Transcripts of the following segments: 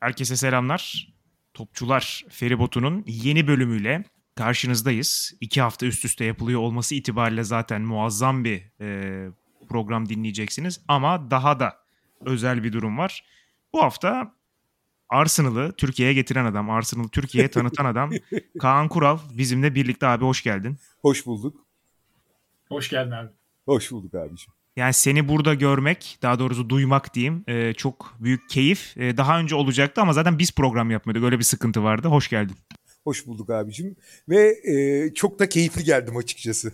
Herkese selamlar. Topçular Feribotu'nun yeni bölümüyle karşınızdayız. 2 hafta üst üste yapılıyor olması itibariyle zaten muazzam bir program dinleyeceksiniz. Ama daha da özel bir durum var. Bu hafta Arsenal'ı Türkiye'ye getiren adam, Arsenal'ı Türkiye'ye tanıtan adam Kaan Kural bizimle birlikte. Abi hoş geldin. Hoş bulduk. Hoş geldin abi. Hoş bulduk abiciğim. Yani seni burada görmek, daha doğrusu duymak diyeyim, çok büyük keyif. Daha önce olacaktı ama zaten biz program yapmıyorduk. Öyle bir sıkıntı vardı. Hoş geldin. Hoş bulduk abiciğim. Ve çok da keyifli geldim açıkçası.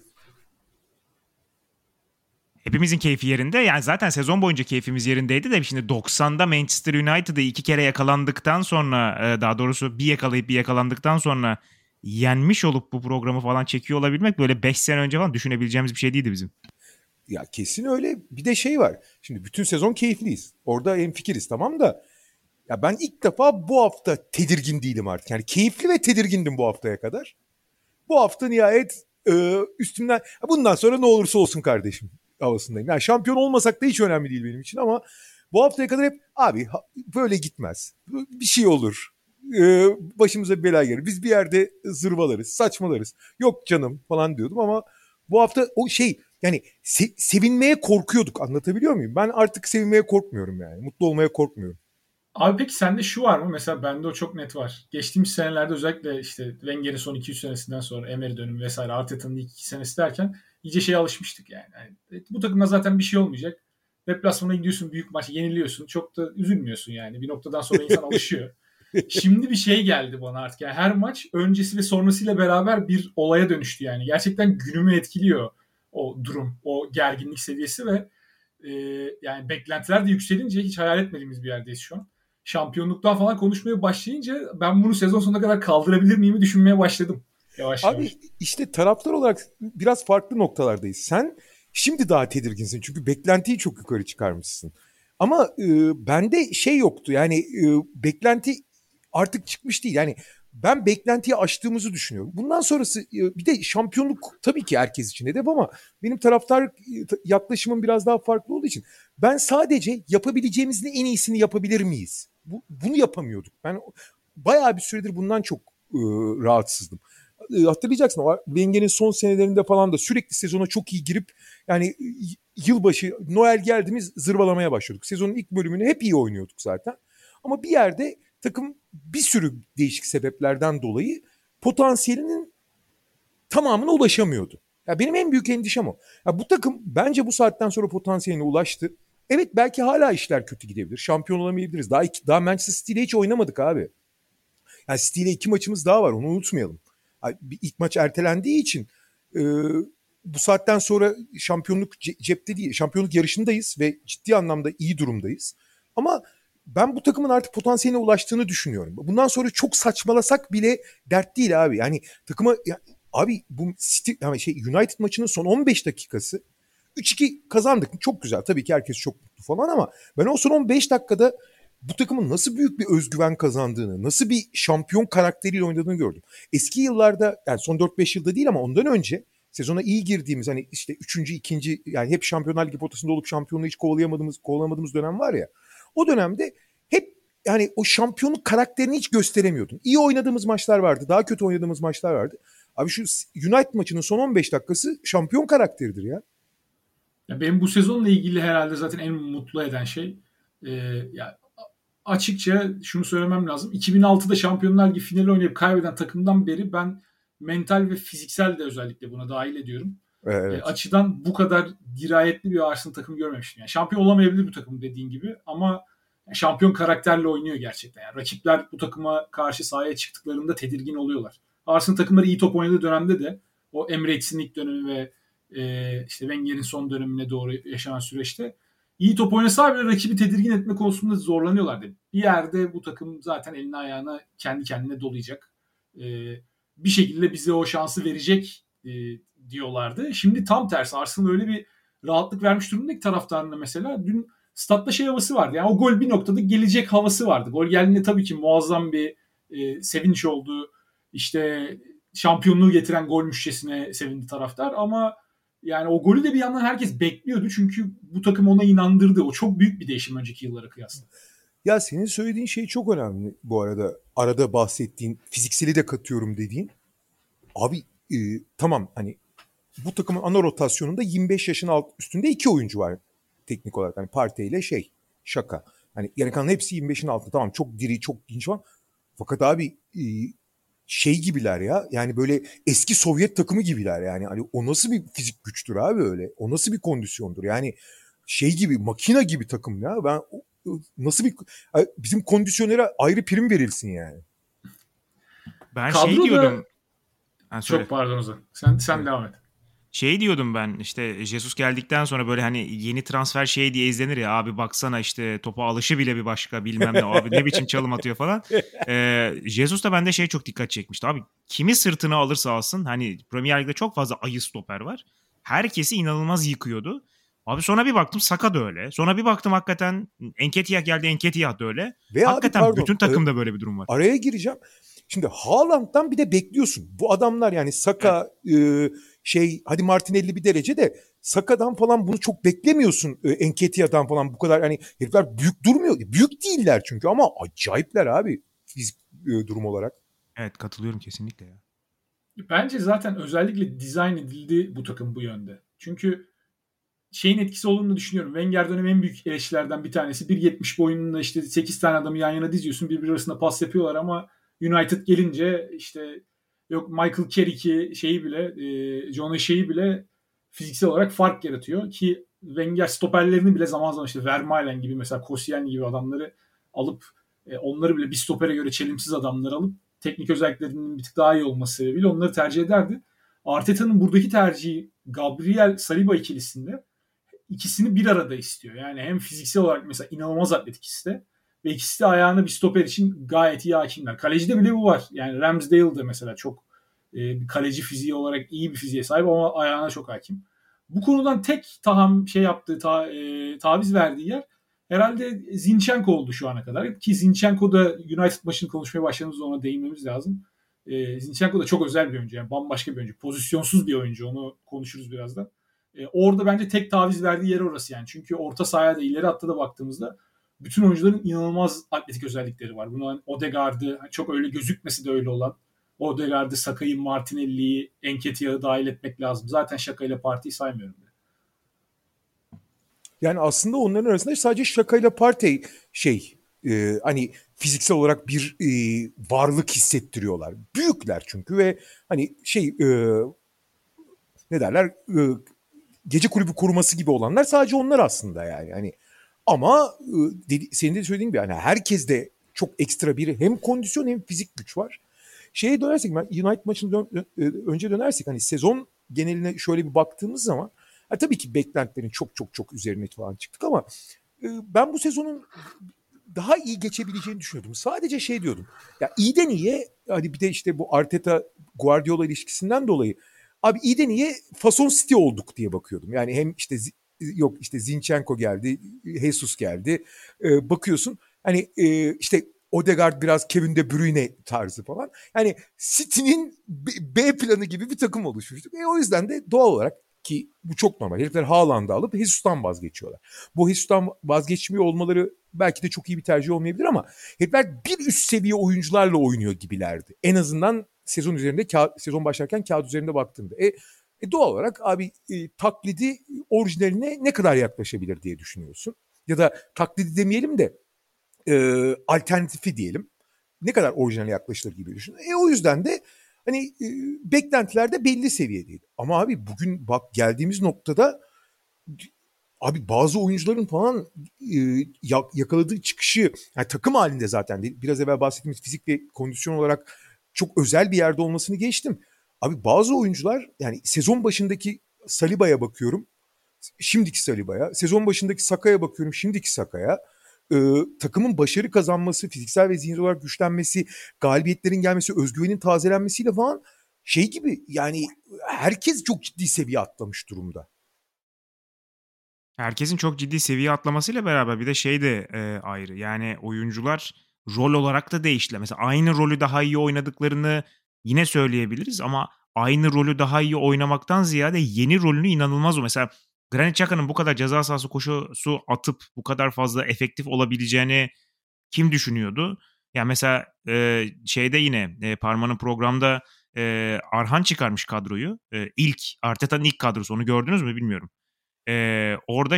Hepimizin keyfi yerinde. Yani zaten sezon boyunca keyfimiz yerindeydi de şimdi 90'da Manchester United'ı 2 kere yakalandıktan sonra, daha doğrusu bir yakalayıp bir yakalandıktan sonra yenmiş olup bu programı falan çekiyor olabilmek böyle 5 sene önce falan düşünebileceğimiz bir şey değildi bizim. Ya kesin öyle. Bir de şey var. Şimdi bütün sezon keyifliyiz. Orada hemfikiriz, tamam da. Ya ben ilk defa bu hafta tedirgin değilim artık. Yani keyifli ve tedirgindim bu haftaya kadar. Bu hafta nihayet üstümden bundan sonra ne olursa olsun kardeşim havasındayım. Yani şampiyon olmasak da hiç önemli değil benim için ama bu haftaya kadar hep abi böyle gitmez. Bir şey olur. Başımıza bir bela gelir. Biz bir yerde zırvalarız, saçmalarız. Yok canım falan diyordum ama bu hafta o şey yani sevinmeye korkuyorduk, anlatabiliyor muyum? Ben artık sevinmeye korkmuyorum yani. Mutlu olmaya korkmuyorum. Abi peki sende şu var mı? Mesela bende o çok net var. Geçtiğimiz senelerde özellikle işte Wenger'in son 2-3 senesinden sonra Emery dönümü vesaire Arteta'nın ilk 2 senesi derken iyice şeye alışmıştık yani. Bu takımda zaten bir şey olmayacak. Deplasmana gidiyorsun, büyük maç yeniliyorsun. Çok da üzülmüyorsun yani. Bir noktadan sonra insan alışıyor. Şimdi bir şey geldi bana artık. Yani her maç öncesi ve sonrasıyla beraber bir olaya dönüştü yani. Gerçekten günümü etkiliyor o durum, o gerginlik seviyesi ve yani beklentiler de yükselince hiç hayal etmediğimiz bir yerdeyiz şu an. Şampiyonluktan falan konuşmaya başlayınca ben bunu sezon sonuna kadar kaldırabilir miyimi düşünmeye başladım. Yavaş Abi yavaş. işte taraftar olarak biraz farklı noktalardayız. Sen şimdi daha tedirginsin çünkü beklentiyi çok yukarı çıkarmışsın. Ama bende şey yoktu yani beklenti artık çıkmış değil. Yani ben beklentiyi aştığımızı düşünüyorum. Bundan sonrası bir de şampiyonluk tabii ki herkes için hedef ama benim taraftar yaklaşımım biraz daha farklı olduğu için ben sadece yapabileceğimizin en iyisini yapabilir miyiz? Bunu yapamıyorduk. Ben bayağı bir süredir bundan çok rahatsızdım. Hatırlayacaksın o Wenger'in son senelerinde falan da sürekli sezona çok iyi girip yani yılbaşı Noel geldiğimiz zırvalamaya başlıyorduk. Sezonun ilk bölümünü hep iyi oynuyorduk zaten. Ama bir yerde takım bir sürü değişik sebeplerden dolayı potansiyelinin tamamına ulaşamıyordu. Ya benim en büyük endişem o. Ya bu takım bence bu saatten sonra potansiyeline ulaştı. Evet belki hala işler kötü gidebilir. Şampiyon olamayabiliriz. Daha Manchester City ile hiç oynamadık abi. Yani City ile 2 maçımız daha var, onu unutmayalım. İlk maç ertelendiği için bu saatten sonra şampiyonluk cepte değil. Şampiyonluk yarışındayız ve ciddi anlamda iyi durumdayız. Ama ben bu takımın artık potansiyeline ulaştığını düşünüyorum. Bundan sonra çok saçmalasak bile dert değil abi. Yani takıma abi bu City, yani United maçının son 15 dakikası 3-2 kazandık. Çok güzel. Tabii ki herkes çok mutlu falan ama ben o son 15 dakikada bu takımın nasıl büyük bir özgüven kazandığını, nasıl bir şampiyon karakteriyle oynadığını gördüm. Eski yıllarda yani son 4-5 yılda değil ama ondan önce sezona iyi girdiğimiz hani işte 3. 2. yani hep Şampiyonlar Ligi potasında olup şampiyonluğu hiç kovalayamadığımız dönem var ya. O dönemde hep yani o şampiyonluk karakterini hiç gösteremiyordun. İyi oynadığımız maçlar vardı, daha kötü oynadığımız maçlar vardı. Abi şu United maçının son 15 dakikası şampiyon karakteridir ya. Ya benim bu sezonla ilgili herhalde zaten en mutlu eden şey ya açıkça şunu söylemem lazım. 2006'da Şampiyonlar Ligi finali oynayıp kaybeden takımdan beri ben mental ve fiziksel de özellikle buna dahil ediyorum. Evet. Açıdan bu kadar dirayetli bir Arsenal takım görmemiştim. Yani şampiyon olamayabilir bu takım dediğin gibi ama şampiyon karakterle oynuyor gerçekten. Yani rakipler bu takıma karşı sahaya çıktıklarında tedirgin oluyorlar. Arsenal takımları iyi top oynadığı dönemde de o Emre'nin ilk dönemi ve işte Wenger'in son dönemine doğru yaşanan süreçte iyi top oynasa bile rakibi tedirgin etme konusunda zorlanıyorlardı. Bir yerde bu takım zaten elini ayağına kendi kendine dolayacak. Bir şekilde bize o şansı verecek diyorlardı. Şimdi tam tersi. Arsenal öyle bir rahatlık vermiş durumda ki taraftarına mesela. Dün statta şey havası vardı. Yani o gol bir noktada gelecek havası vardı. Gol geldiğinde tabii ki muazzam bir sevinç oldu. İşte şampiyonluğu getiren golmüşçesine sevindi taraftar ama yani o golü de bir yandan herkes bekliyordu. Çünkü bu takım ona inandırdı. O çok büyük bir değişim önceki yıllara kıyasla. Ya senin söylediğin şey çok önemli bu arada. Arada bahsettiğin fizikseli de katıyorum dediğin. Abi tamam hani bu takımın ana rotasyonunda 25 yaşın üstünde 2 oyuncu var teknik olarak. Hani Partey ile Şaka. Hani geri kalan hepsi 25'in altında. Tamam çok diri, çok genç falan. Fakat abi şey gibiler ya. Yani böyle eski Sovyet takımı gibiler yani. Hani o nasıl bir fizik güçtür abi öyle? O nasıl bir kondisyondur? Yani şey gibi, makina gibi takım ya. Nasıl bir bizim kondisyonere ayrı prim verilsin yani. Ben şey Kadroda diyordum. Ha, söyle. çok pardon Ozan. Sen devam et. Şey diyordum ben işte Jesus geldikten sonra böyle hani yeni transfer şey diye izlenir ya abi baksana işte topa alışı bile bir başka bilmem ne abi ne biçim çalım atıyor falan. Jesus da bende şey çok dikkat çekmişti abi kimi sırtına alırsa alsın hani Premier Lig'de çok fazla ayı stoper var. Herkesi inanılmaz yıkıyordu. Abi sonra bir baktım Saka da öyle. Sonra bir baktım hakikaten Nketiah geldi Nketiah da öyle. Ve abi Hakikaten pardon bütün takımda böyle bir durum var. araya gireceğim. Şimdi Haaland'dan bir de bekliyorsun. Bu adamlar yani Saka hadi Martinelli bir derece de Saka'dan falan bunu çok beklemiyorsun. Nketiah'dan falan bu kadar hani herifler büyük durmuyor. Büyük değiller çünkü ama acayipler abi fizik durum olarak. Evet katılıyorum kesinlikle ya. Bence zaten özellikle dizayn edildi bu takım bu yönde. Çünkü şeyin etkisi olduğunu düşünüyorum. Wenger dönemi en büyük eleştirilerden bir tanesi. 1.70 boyunda işte 8 tane adamı yan yana diziyorsun. Birbiri arasında pas yapıyorlar ama United gelince işte yok Michael Carrick'i şeyi bile John O'Shea'yi bile fiziksel olarak fark yaratıyor. Ki Wenger stoperlerini bile zaman zaman işte Vermaelen gibi mesela Koscielny gibi adamları alıp onları bile bir stopere göre çelimsiz adamlar alıp teknik özelliklerinin bir tık daha iyi olması sebebiyle onları tercih ederdi. Arteta'nın buradaki tercihi Gabriel Saliba ikilisinde ikisini bir arada istiyor. Yani hem fiziksel olarak mesela inanılmaz atletik ikisi de ve ikisi de ayağına bir stoper için gayet iyi hakimler. Kalecide bile bu var. Yani Ramsdale de mesela çok bir kaleci fiziği olarak iyi bir fiziğe sahip ama ayağına çok hakim. Bu konudan tek taviz verdiği yer herhalde Zinchenko oldu şu ana kadar. Ki Zinchenko da United maçını konuşmaya başladığımızda ona değinmemiz lazım. Zinchenko da çok özel bir oyuncu. Yani bambaşka bir oyuncu. Pozisyonsuz bir oyuncu. Onu konuşuruz birazdan. Orada bence tek taviz verdiği yer orası yani. Çünkü orta sahaya da ileri hatta da baktığımızda bütün oyuncuların inanılmaz atletik özellikleri var. Bunların Odegaard'ı çok öyle gözükmesi de öyle olan Odegaard'ı, Saka'yı, Martinelli'yi, Nketiah'ı dahil etmek lazım. Zaten Şaka ile Partey'i saymıyorum. Yani aslında onların arasında sadece Şaka ile Partey hani fiziksel olarak bir varlık hissettiriyorlar. Büyükler çünkü ve hani ne derler gece kulübü koruması gibi olanlar sadece onlar aslında yani. Hani ama senin de söylediğin gibi hani herkeste çok ekstra bir hem kondisyon hem fizik güç var. Şeye dönersek United maçını önce dönersek hani sezon geneline şöyle bir baktığımız zaman tabii ki beklentilerin çok çok çok üzerine falan çıktık ama ben bu sezonun daha iyi geçebileceğini düşünüyordum. Sadece şey diyordum. Ya iyiden iyiye hadi bir de işte bu Arteta Guardiola ilişkisinden dolayı abi iyiden iyiye fason City olduk diye bakıyordum. Yani hem işte yok işte Zinchenko geldi, Jesus geldi. Bakıyorsun hani işte Odegaard biraz Kevin De Bruyne tarzı falan. Yani City'nin B planı gibi bir takım oluşmuştuk. O yüzden de doğal olarak ki bu çok normal. Herifler Haaland'ı alıp Jesus'tan vazgeçiyorlar. Bu Jesus'tan vazgeçmiyor olmaları belki de çok iyi bir tercih olmayabilir ama herifler bir üst seviye oyuncularla oynuyor gibilerdi. En azından sezon üzerinde sezon başlarken kağıt üzerinde baktığımda. Doğal olarak abi taklidi orijinaline ne kadar yaklaşabilir diye düşünüyorsun. Ya da taklidi demeyelim de alternatifi diyelim. Ne kadar orijinale yaklaşılır gibi düşün. O yüzden de hani beklentiler de belli seviyedeydi. Ama abi bugün bak geldiğimiz noktada abi bazı oyuncuların falan yakaladığı çıkışı yani takım halinde zaten değil. Biraz evvel bahsettiğimiz fizik ve kondisyon olarak çok özel bir yerde olmasını geçtim. Abi bazı oyuncular yani sezon başındaki Saliba'ya bakıyorum. Şimdiki Saliba'ya. Sezon başındaki Saka'ya bakıyorum. Şimdiki Saka'ya. Takımın başarı kazanması, fiziksel ve zihinsel olarak güçlenmesi, galibiyetlerin gelmesi, özgüvenin tazelenmesiyle falan şey gibi yani herkes çok ciddi seviye atlamış durumda. Herkesin çok ciddi seviye atlamasıyla beraber bir de şey de ayrı. Yani oyuncular rol olarak da değiştiler. Mesela aynı rolü daha iyi oynadıklarını yine söyleyebiliriz ama aynı rolü daha iyi oynamaktan ziyade yeni rolünü inanılmaz o. Mesela Granit Xhaka'nın bu kadar ceza sahası koşusu atıp bu kadar fazla efektif olabileceğini kim düşünüyordu? Ya mesela şeyde yine Parma'nın programda Arhan çıkarmış kadroyu. İlk Arteta'nın ilk kadrosu, onu gördünüz mü bilmiyorum. Orada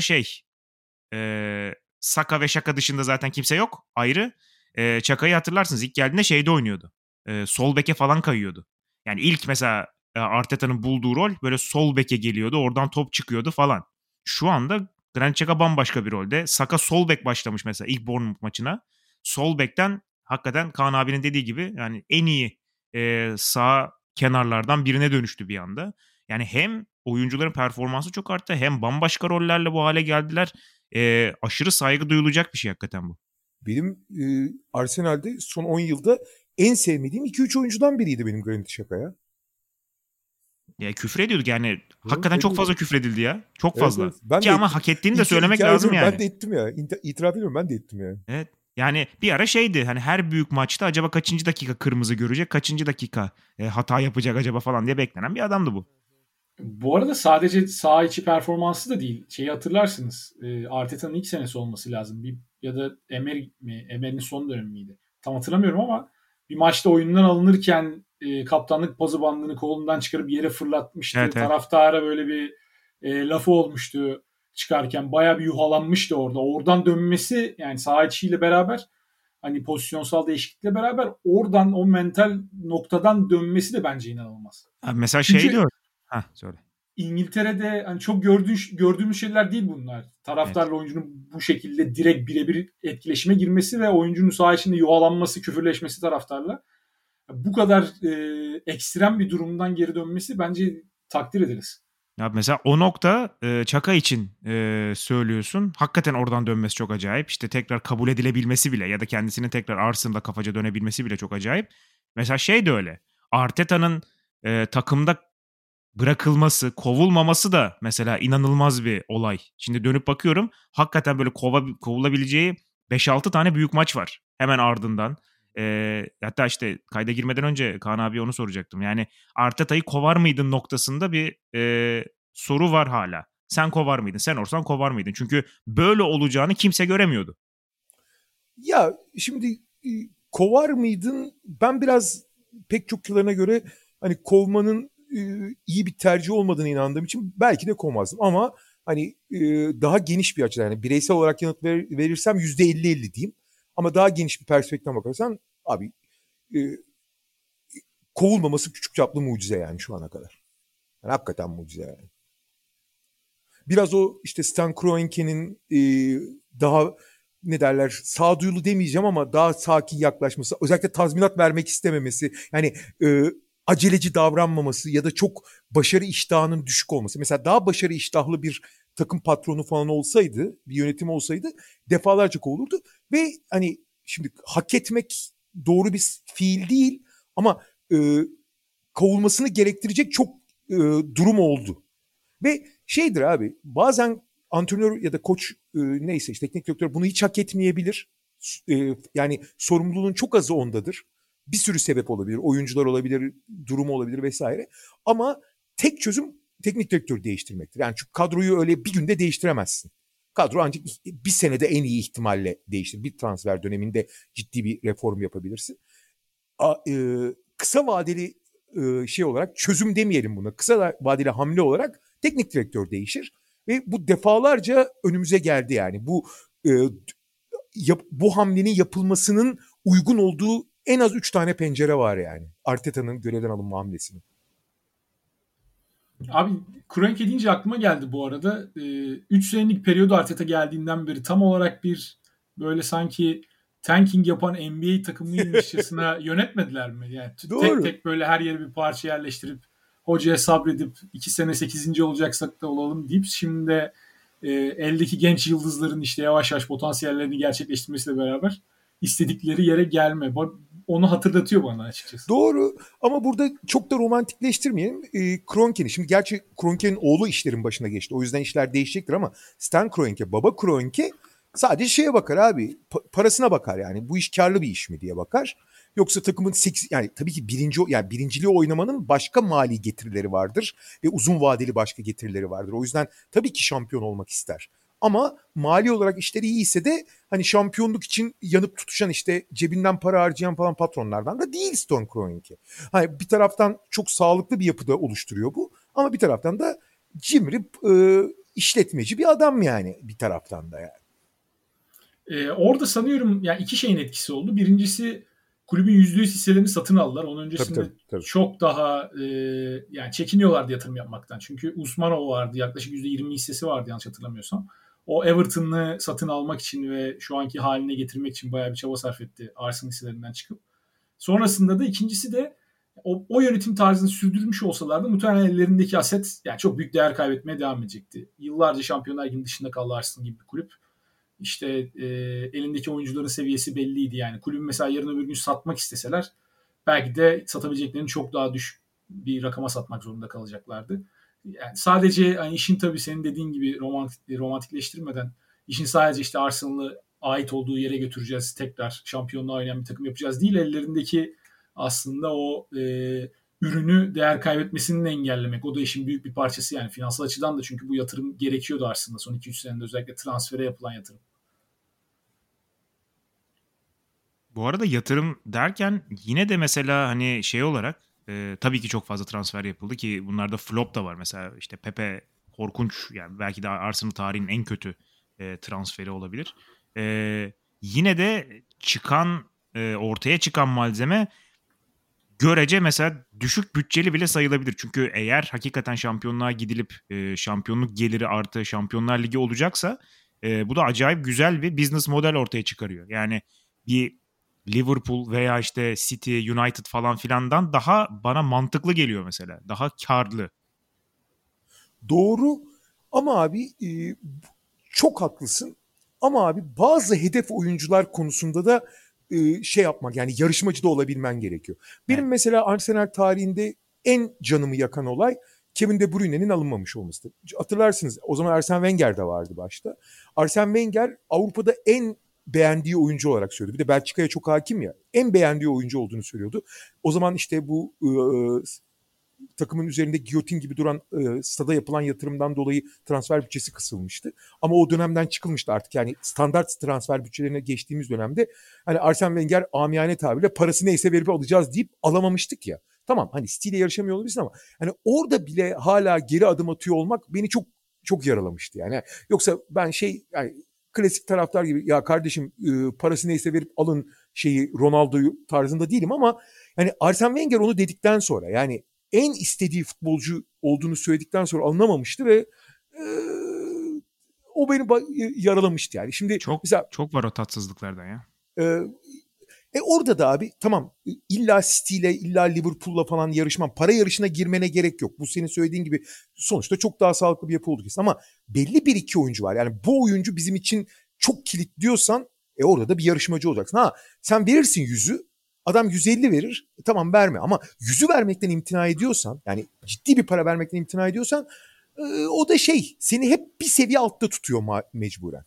Saka ve Şaka dışında zaten kimse yok ayrı. Çaka'yı hatırlarsınız, ilk geldiğinde şeyde oynuyordu. Sol beke falan kayıyordu. Yani ilk mesela Arteta'nın bulduğu rol böyle sol beke geliyordu. Oradan top çıkıyordu falan. Şu anda Granit Xhaka bambaşka bir rolde. Saka sol bek başlamış mesela ilk Bournemouth maçına. Sol bekten hakikaten Kaan abinin dediği gibi yani en iyi sağ kenarlardan birine dönüştü bir anda. Yani hem oyuncuların performansı çok arttı, hem bambaşka rollerle bu hale geldiler. Aşırı saygı duyulacak bir şey hakikaten bu. Benim Arsenal'de son 10 yılda en sevmediğim 2-3 oyuncudan biriydi benim Granit Xhaka ya. Ya küfür ediyorduk yani. Hakikaten çok Evet. fazla küfredildi ya. Çok Evet, fazla. evet. Ben Ki de ama hak ettiğini de söylemek inkar lazım ediyorum, yani. ben de ettim ya. İtiraf ediyorum, ben de ettim yani. Evet. Yani bir ara şeydi, hani her büyük maçta acaba kaçıncı dakika kırmızı görecek, kaçıncı dakika hata yapacak acaba falan diye beklenen bir adamdı bu. Bu arada sadece saha içi performansı da değil. Şeyi hatırlarsınız. Arteta'nın ilk senesi olması lazım. Ya da Emery'nin son dönemi miydi? Tam hatırlamıyorum ama bir maçta oyundan alınırken kaptanlık pazı bandını kolundan çıkarıp yere fırlatmıştı. Evet, evet. Taraftara böyle bir lafı olmuştu çıkarken. Bayağı bir yuhalanmıştı orada. Oradan dönmesi, yani saha içiyle beraber, hani pozisyonsal değişiklikle beraber oradan, o mental noktadan dönmesi de bence inanılmaz. Abi mesela şey Çünkü diyor. Ha, söyle. İngiltere'de hani çok gördüğümüz şeyler değil bunlar. Evet. Taraftarla oyuncunun bu şekilde direkt birebir etkileşime girmesi ve oyuncunun saha içinde yuvalanması, küfürleşmesi taraftarla. Bu kadar ekstrem bir durumdan geri dönmesi bence takdir ederiz. Ya mesela o nokta Çaka için söylüyorsun. Hakikaten oradan dönmesi çok acayip. İşte tekrar kabul edilebilmesi bile ya da kendisinin tekrar Arsenal'da kafaca dönebilmesi bile çok acayip. Mesela şey de öyle. Arteta'nın takımda bırakılması, kovulmaması da mesela inanılmaz bir olay. Şimdi dönüp bakıyorum, hakikaten böyle kovulabileceği 5-6 tane büyük maç var hemen ardından. Hatta işte kayda girmeden önce Kaan abi onu soracaktım. Yani Arteta'yı kovar mıydın noktasında bir soru var hala. Sen kovar mıydın? Sen olsan kovar mıydın? Çünkü böyle olacağını kimse göremiyordu. Ya şimdi kovar mıydın? Ben biraz pek çok yıllarına göre hani kovmanın iyi bir tercih olmadığını inandığım için belki de kovmazdım. Ama hani daha geniş bir açıdan, yani bireysel olarak yanıt verirsem %50-50 diyeyim. Ama daha geniş bir perspektiften bakarsan abi, e, kovulmaması küçük çaplı mucize yani şu ana kadar. Yani hakikaten mucize yani. Biraz o işte Stan Kroenke'nin daha ne derler, sağduyulu demeyeceğim ama daha sakin yaklaşması, özellikle tazminat vermek istememesi, yani aceleci davranmaması ya da çok başarı iştahının düşük olması. Mesela daha başarı iştahlı bir takım patronu falan olsaydı, bir yönetim olsaydı defalarca kovulurdu ve hani şimdi hak etmek doğru bir fiil değil ama kovulmasını gerektirecek çok durum oldu. Ve şeydir abi, bazen antrenör ya da koç, neyse işte teknik direktör bunu hiç hak etmeyebilir. Yani sorumluluğun çok azı ondadır. Bir sürü sebep olabilir. Oyuncular olabilir, durumu olabilir vesaire. Ama tek çözüm teknik direktör değiştirmektir. Yani çünkü kadroyu öyle bir günde değiştiremezsin. Kadro ancak bir senede en iyi ihtimalle değiştir. Bir transfer döneminde ciddi bir reform yapabilirsin. Kısa vadeli şey olarak, çözüm demeyelim buna, kısa vadeli hamle olarak teknik direktör değişir ve bu defalarca önümüze geldi yani. Bu hamlenin yapılmasının uygun olduğu en az 3 tane pencere var yani. Arteta'nın görevden alınma hamlesinin. Abi Kroenke deyince aklıma geldi bu arada. 3 senelik periyodu Arteta geldiğinden beri tam olarak bir böyle sanki tanking yapan NBA takımıymışçasına yönetmediler mi? Yani tek Doğru. tek böyle her yere bir parça yerleştirip hocaya sabredip 2 sene 8. olacaksak da olalım deyip şimdi de eldeki genç yıldızların işte yavaş yavaş potansiyellerini gerçekleştirmesiyle beraber istedikleri yere gelme. Onu hatırlatıyor bana açıkçası. Doğru ama burada çok da romantikleştirmeyelim. Kroenke'nin, şimdi gerçi Kroenke'nin oğlu işlerin başına geçti. O yüzden işler değişecektir ama Stan Kroenke, baba Kroenke sadece şeye bakar abi. Parasına bakar yani. Bu iş karlı bir iş mi diye bakar. Yoksa takımın yani tabii ki birinciliği oynamanın başka mali getirileri vardır ve uzun vadeli başka getirileri vardır. O yüzden tabii ki şampiyon olmak ister. Ama mali olarak işleri iyiyse de hani şampiyonluk için yanıp tutuşan işte cebinden para harcayan falan patronlardan da değil Stone Kroenke. Hani bir taraftan çok sağlıklı bir yapıda oluşturuyor bu ama bir taraftan da cimrip işletmeci bir adam yani bir taraftan da yani. Orada sanıyorum yani iki şeyin etkisi oldu. Birincisi kulübün %100 hisselerini satın aldılar. Onun öncesinde Tabii. çok daha yani çekiniyorlardı yatırım yapmaktan. Çünkü Usmanov vardı. Yaklaşık %20 hissesi vardı yanlış hatırlamıyorsam. O Everton'ı satın almak için ve şu anki haline getirmek için bayağı bir çaba sarf etti Arsenal hisselerinden çıkıp. Sonrasında da ikincisi de o yönetim tarzını sürdürmüş olsalardı muhtemelen ellerindeki aset yani çok büyük değer kaybetmeye devam edecekti. Yıllarca Şampiyonlar Ligi'nin dışında kaldı Arsenal gibi bir kulüp. İşte elindeki oyuncuların seviyesi belliydi yani. Kulübü mesela yarın öbür gün satmak isteseler belki de satabileceklerini çok daha düşük bir rakama satmak zorunda kalacaklardı. Yani sadece hani işin tabii senin dediğin gibi romantikleştirmeden işin sadece işte Arsenal'ı ait olduğu yere götüreceğiz, tekrar şampiyonluğa oynayan bir takım yapacağız değil, ellerindeki aslında o ürünü değer kaybetmesini engellemek. O da işin büyük bir parçası yani finansal açıdan da, çünkü bu yatırım gerekiyordu aslında son 2-3 senede, özellikle transfere yapılan yatırım. Bu arada yatırım derken yine de mesela hani şey olarak tabii ki çok fazla transfer yapıldı ki bunlarda flop da var. Mesela işte Pepe korkunç, yani belki de Arsenal tarihinin en kötü transferi olabilir. Yine de ortaya çıkan malzeme görece mesela düşük bütçeli bile sayılabilir. Çünkü eğer hakikaten şampiyonluğa gidilip şampiyonluk geliri artı Şampiyonlar Ligi olacaksa bu da acayip güzel bir business model ortaya çıkarıyor. Yani bir Liverpool veya işte City, United falan filandan daha bana mantıklı geliyor mesela. Daha karlı. Doğru ama abi çok haklısın. Ama abi bazı hedef oyuncular konusunda da şey yapmak yani yarışmacı da olabilmen gerekiyor. Benim Evet. mesela Arsenal tarihinde en canımı yakan olay Kevin De Bruyne'nin alınmamış olmasıdır. Hatırlarsınız o zaman Arsene Wenger de vardı başta. Arsene Wenger Avrupa'da en beğendiği oyuncu olarak söylüyordu. Bir de Belçika'ya çok hakim ya. En beğendiği oyuncu olduğunu söylüyordu. O zaman işte bu takımın üzerinde giyotin gibi duran stada yapılan yatırımdan dolayı transfer bütçesi kısılmıştı. Ama o dönemden çıkılmıştı artık. Yani standart transfer bütçelerine geçtiğimiz dönemde hani Arsene Wenger amiyane tabirle parası neyse verip alacağız deyip alamamıştık ya. Tamam hani City ile yarışamıyor olabilirsin ama hani orada bile hala geri adım atıyor olmak beni çok çok yaralamıştı yani. Yoksa ben yani klasik taraftar gibi ya kardeşim parası neyse verip alın şeyi Ronaldo tarzında değilim ama yani Arsene Wenger onu dedikten sonra yani en istediği futbolcu olduğunu söyledikten sonra alınamamıştı ve e, o beni yaralamıştı yani. Şimdi Çok mesela çok var o tatsızlıklardan ya. e, orada da abi tamam illa City ile illa Liverpool'la falan yarışman, para yarışına girmene gerek yok. Bu senin söylediğin gibi sonuçta çok daha sağlıklı bir yapı oldu kesin ama belli bir iki oyuncu var. Yani bu oyuncu bizim için çok kilit diyorsan orada da bir yarışmacı olacaksın. Ha sen verirsin 100'ü, adam 150 verir. Tamam verme ama 100'ü vermekten imtina ediyorsan yani ciddi bir para vermekten imtina ediyorsan o da seni hep bir seviye altta tutuyor mecburen.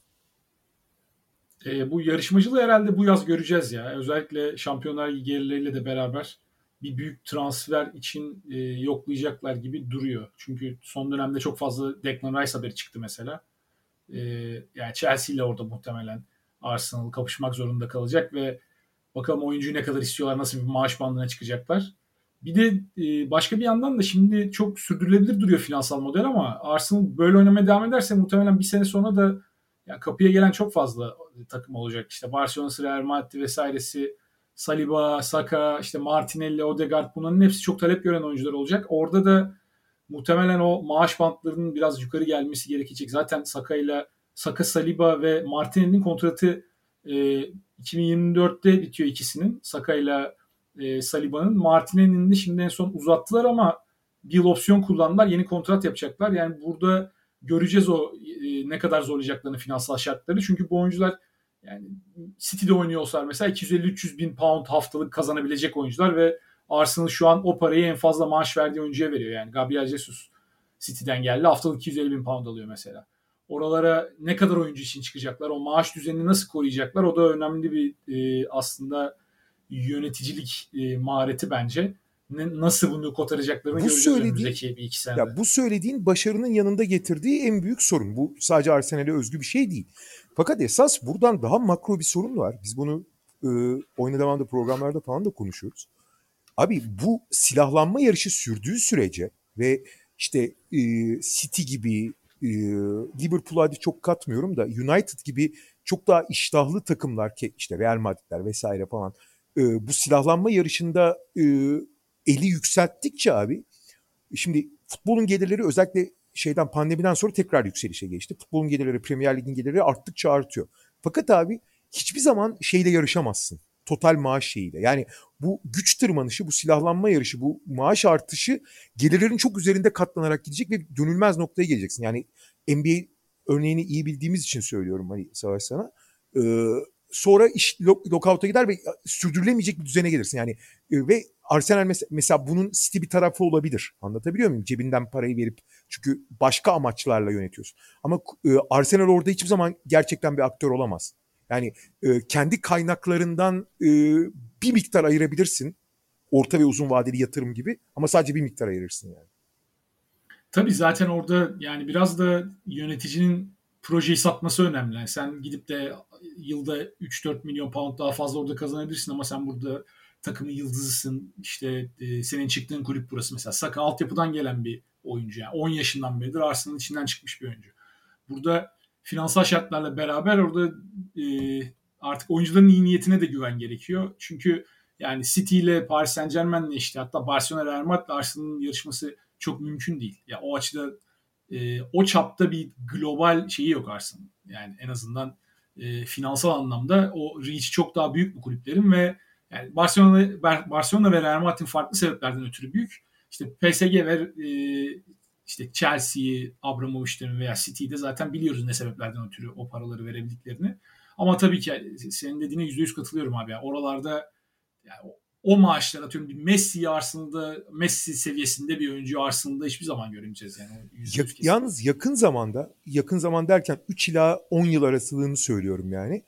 Bu yarışmacılığı herhalde bu yaz göreceğiz ya. Özellikle Şampiyonlar Ligi gerileriyle de beraber bir büyük transfer için yoklayacaklar gibi duruyor. Çünkü son dönemde çok fazla Declan Rice haberi çıktı mesela. Yani Chelsea ile orada muhtemelen Arsenal kapışmak zorunda kalacak ve bakalım oyuncuyu ne kadar istiyorlar, nasıl bir maaş bandına çıkacaklar. Bir de başka bir yandan da şimdi çok sürdürülebilir duruyor finansal model ama Arsenal böyle oynamaya devam ederse muhtemelen bir sene sonra da yani kapıya gelen çok fazla takım olacak. İşte Barcelona, Real Madrid vesairesi, Saliba, Saka, işte Martinelli, Odegaard, bunların hepsi çok talep gören oyuncular olacak. Orada da muhtemelen o maaş bantlarının biraz yukarı gelmesi gerekecek. Zaten Saka, Saliba ve Martinelli'nin kontratı 2024'te bitiyor ikisinin. Saka ile Saliba'nın. Martinelli'nin de şimdi en son uzattılar ama bir yıl opsiyon kullandılar. Yeni kontrat yapacaklar. Yani burada göreceğiz o ne kadar zorlayacaklarını finansal şartları. Çünkü bu oyuncular yani City'de oynuyor olsalar mesela 250-300 bin pound haftalık kazanabilecek oyuncular ve Arsenal şu an o parayı en fazla maaş verdiği oyuncuya veriyor. Yani Gabriel Jesus City'den geldi. Haftalık 250 bin pound alıyor mesela. Oralara ne kadar oyuncu için çıkacaklar, o maaş düzenini nasıl koruyacaklar, o da önemli bir aslında yöneticilik mahareti bence. nasıl bunu kotaracaklarını göreceğiz önümüzdeki bir iki senede. Ya bu söylediğin başarının yanında getirdiği en büyük sorun. Bu sadece Arsenal'e özgü bir şey değil. Fakat esas buradan daha makro bir sorun var. Biz bunu oyuna devamlı programlarda falan da konuşuyoruz. Abi bu silahlanma yarışı sürdüğü sürece ve işte City gibi, Liverpool'a hadi çok katmıyorum da United gibi çok daha iştahlı takımlar ki işte Real Madrid'ler vesaire falan bu silahlanma yarışında eli yükselttikçe abi şimdi futbolun gelirleri özellikle pandemiden sonra tekrar yükselişe geçti. Futbolun gelirleri, Premier Lig'in gelirleri arttıkça artıyor. Fakat abi hiçbir zaman şeyle yarışamazsın. Total maaş şeyiyle. Yani bu güç tırmanışı, bu silahlanma yarışı, bu maaş artışı gelirlerin çok üzerinde katlanarak gidecek ve dönülmez noktaya geleceksin. Yani NBA örneğini iyi bildiğimiz için söylüyorum hani Savaş sana. Sonra iş lockout'a gider ve sürdürülemeyecek bir düzene gelirsin. Yani ve Arsenal mesela bunun City bir tarafı olabilir. Anlatabiliyor muyum? Cebinden parayı verip çünkü başka amaçlarla yönetiyorsun. Ama Arsenal orada hiçbir zaman gerçekten bir aktör olamaz. Yani kendi kaynaklarından bir miktar ayırabilirsin. Orta ve uzun vadeli yatırım gibi ama sadece bir miktar ayırırsın yani. Tabii zaten orada yani biraz da yöneticinin projeyi satması önemli. Yani sen gidip de yılda 3-4 milyon pound daha fazla orada kazanabilirsin ama sen burada takımın yıldızısın. İşte senin çıktığın kulüp burası. Mesela Saka altyapıdan gelen bir oyuncu. Yani 10 yaşından beridir Arsenal'ın içinden çıkmış bir oyuncu. Burada finansal şartlarla beraber orada artık oyuncuların iyi niyetine de güven gerekiyor. Çünkü yani City ile Paris Saint-Germain'le işte hatta Barcelona, Real Madrid, Arsenal'ın yarışması çok mümkün değil. Ya o açıda o çapta bir global şeyi yok Arsenal'ın. Yani en azından finansal anlamda o reach çok daha büyük bu kulüplerin ve yani Barcelona ve Real Madrid'in farklı sebeplerden ötürü büyük. İşte PSG ve işte Chelsea'yi, Abramovich'lerin veya City'de zaten biliyoruz ne sebeplerden ötürü o paraları verebildiklerini. Ama tabii ki senin dediğine %100 katılıyorum abi. Yani oralarda yani o maaşlar atıyorum bir Messi seviyesinde bir oyuncu Arsenal'da hiçbir zaman göremeyeceğiz yani. Yalnız yakın zaman derken 3 ila 10 yıl arasılığını söylüyorum yani.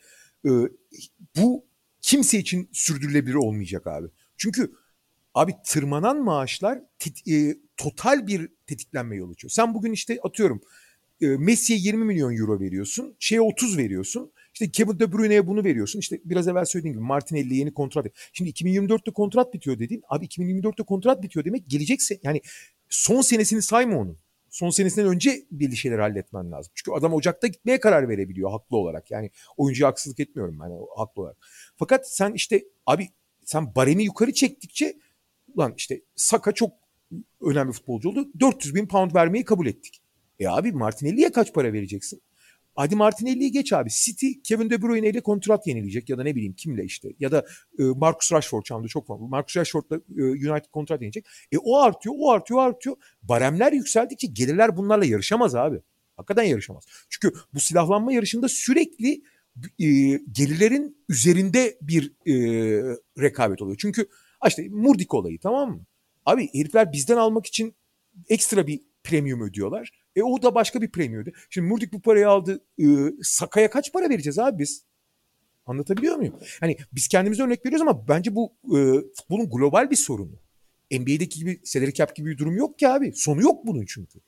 Bu kimse için sürdürülebilir olmayacak abi. Çünkü abi tırmanan maaşlar total bir tetiklenme yol açıyor. Sen bugün işte atıyorum Messi'ye 20 milyon euro veriyorsun. 30 veriyorsun. İşte Kevin De Bruyne'ye bunu veriyorsun. İşte biraz evvel söylediğim gibi Martinelli yeni kontrat. Şimdi 2024'te kontrat bitiyor dedin. Abi 2024'te kontrat bitiyor demek gelecekse yani son senesini sayma onun. Son senesinden önce belli şeyler halletmen lazım. Çünkü adam Ocak'ta gitmeye karar verebiliyor haklı olarak. Yani oyuncuya haksızlık etmiyorum ben haklı olarak. Fakat sen işte abi sen baremi yukarı çektikçe ulan işte Saka çok önemli futbolcu oldu. 400 bin pound vermeyi kabul ettik. Abi Martinelli'ye kaç para vereceksin? Hadi Martinelli'yi geç abi. City Kevin De Bruyne ile kontrat yenileyecek ya da ne bileyim kimle işte. Ya da Marcus Rashford çaldı çok fazla. Marcus Rashford'la United kontrat yenileyecek. O artıyor. Baremler yükseldikçe gelirler bunlarla yarışamaz abi. Hakikaten yarışamaz. Çünkü bu silahlanma yarışında sürekli gelirlerin üzerinde bir rekabet oluyor. Çünkü işte Murdik olayı tamam mı? Abi herifler bizden almak için ekstra bir premium ödüyorlar. O da başka bir premium ödüyor. Şimdi Murdik bu parayı aldı. Saka'ya kaç para vereceğiz abi biz? Anlatabiliyor muyum? Hani biz kendimize örnek veriyoruz ama bence bu futbolun global bir sorunu. NBA'deki gibi salary cap gibi bir durum yok ki abi. Sonu yok bunun çünkü.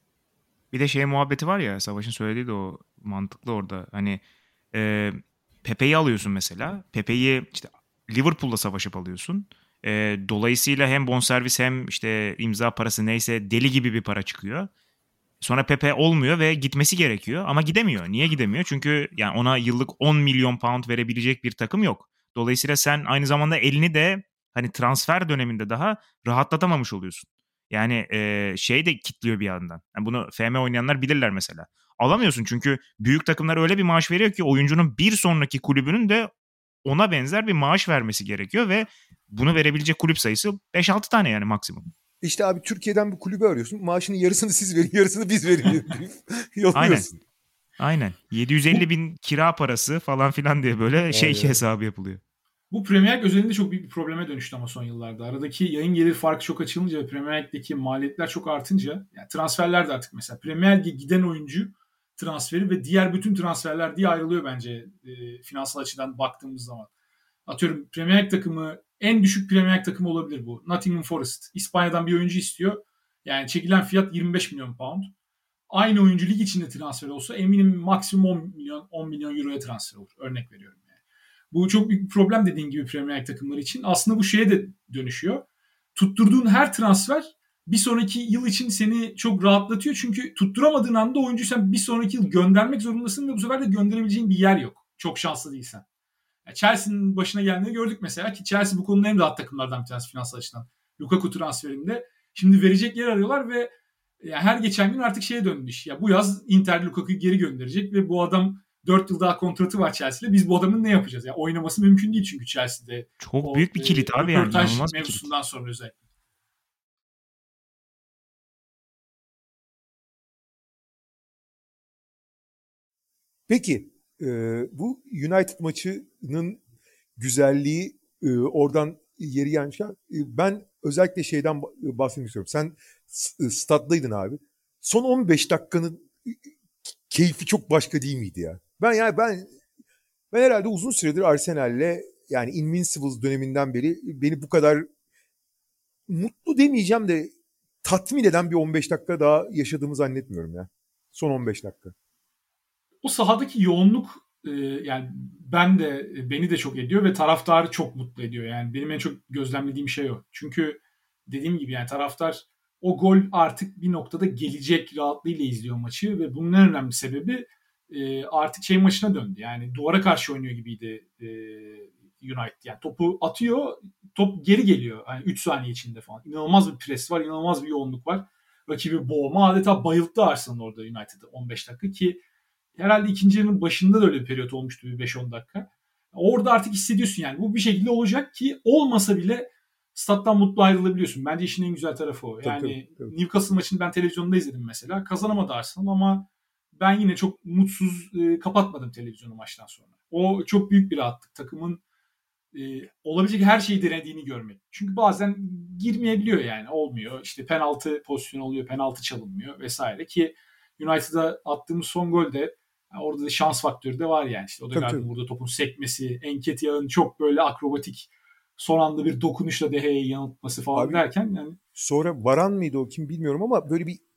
Bir de muhabbeti var ya Savaş'ın söylediği de o mantıklı orada. Hani Pepe'yi alıyorsun mesela. Pepe'yi işte Liverpool'la savaşıp alıyorsun. Dolayısıyla hem bonservis hem işte imza parası neyse deli gibi bir para çıkıyor. Sonra Pepe olmuyor ve gitmesi gerekiyor ama gidemiyor. Niye gidemiyor? Çünkü yani ona yıllık 10 milyon pound verebilecek bir takım yok. Dolayısıyla sen aynı zamanda elini de hani transfer döneminde daha rahatlatamamış oluyorsun. Yani de kitliyor bir yandan. Yani bunu FM oynayanlar bilirler mesela. Alamıyorsun çünkü büyük takımlar öyle bir maaş veriyor ki oyuncunun bir sonraki kulübünün de ona benzer bir maaş vermesi gerekiyor ve bunu verebilecek kulüp sayısı 5-6 tane yani maksimum. İşte abi Türkiye'den bir kulübü arıyorsun. Maaşının yarısını siz verin, yarısını biz verin. Yolluyorsun. Aynen. 750 bin kira parası falan filan diye böyle hesabı yapılıyor. Bu Premier Lig özelinde çok büyük bir probleme dönüştü ama son yıllarda. Aradaki yayın gelir farkı çok açılınca ve Premier Lig'deki maliyetler çok artınca yani transferler de artık mesela Premier Lig'e giden oyuncu transferi ve diğer bütün transferler diye ayrılıyor bence finansal açıdan baktığımız zaman. Atıyorum Premier League takımı en düşük Premier League takımı olabilir bu. Nottingham Forest. İspanya'dan bir oyuncu istiyor. Yani çekilen fiyat 25 milyon pound. Aynı oyuncu lig içinde transfer olsa eminim maksimum 10 milyon euroya transfer olur. Örnek veriyorum yani. Bu çok büyük bir problem dediğin gibi Premier League takımları için. Aslında bu şeye de dönüşüyor. Tutturduğun her transfer bir sonraki yıl için seni çok rahatlatıyor. Çünkü tutturamadığın anda oyuncuyu sen bir sonraki yıl göndermek zorundasın ve bu sefer de gönderebileceğin bir yer yok. Çok şanslı değilsen. Yani Chelsea'nin başına geldiğini gördük mesela ki Chelsea bu konuda en rahat takımlardan bir tanesi finansal açıdan. Lukaku transferinde. Şimdi verecek yer arıyorlar ve yani her geçen gün artık şeye döndü iş. Ya bu yaz Inter Lukaku'yu geri gönderecek ve bu adam 4 yıl daha kontratı var Chelsea'yle. Biz bu adamın ne yapacağız? Yani oynaması mümkün değil çünkü Chelsea'de. Çok O büyük bir kilit abi, yani röportaj inanılmaz bir kilit. mevzusundan sonra özellikle. Peki bu United maçının güzelliği oradan yeri gelmişken ben özellikle şeyden bahsetmek istiyorum. Sen staddaydın abi. Son 15 dakikanın keyfi çok başka değil miydi ya? Ben herhalde uzun süredir Arsenal'le yani Invincibles döneminden beri beni bu kadar mutlu demeyeceğim de tatmin eden bir 15 dakika daha yaşadığımı zannetmiyorum ya. Son 15 dakika. O sahadaki yoğunluk yani beni de çok ediyor ve taraftarı çok mutlu ediyor. Yani benim en çok gözlemlediğim şey o. Çünkü dediğim gibi yani taraftar o gol artık bir noktada gelecek rahatlığıyla izliyor maçı ve bunun en önemli sebebi artık şey maçına döndü. Yani duvara karşı oynuyor gibiydi United. Yani topu atıyor, top geri geliyor. Yani 3 saniye içinde falan. İnanılmaz bir pres var, inanılmaz bir yoğunluk var. Rakibi boğma adeta bayılttı Arsenal orada United'ı 15 dakika ki herhalde ikinci yarının başında da öyle bir periyot olmuştu bir 5-10 dakika. Orada artık hissediyorsun yani. Bu bir şekilde olacak ki olmasa bile stat'tan mutlu ayrılabiliyorsun. Bence işin en güzel tarafı o. Yani Tabii. Newcastle maçını ben televizyonda izledim mesela. Kazanamadı Arsenal ama ben yine çok mutsuz kapatmadım televizyonu maçtan sonra. O çok büyük bir rahatlık. Takımın olabilecek her şeyi denediğini görmek. Çünkü bazen girmeyebiliyor yani. Olmuyor. İşte penaltı pozisyonu oluyor. Penaltı çalınmıyor vesaire ki United'a attığımız son golde yani orada da şans faktörü de var yani. İşte Odegaard'ın burada topun sekmesi, Nketiah'ın çok böyle akrobatik son anda bir dokunuşla De Gea'yı yanıltması falan Abi, derken yani. Sonra Varan mıydı o kim bilmiyorum ama böyle bir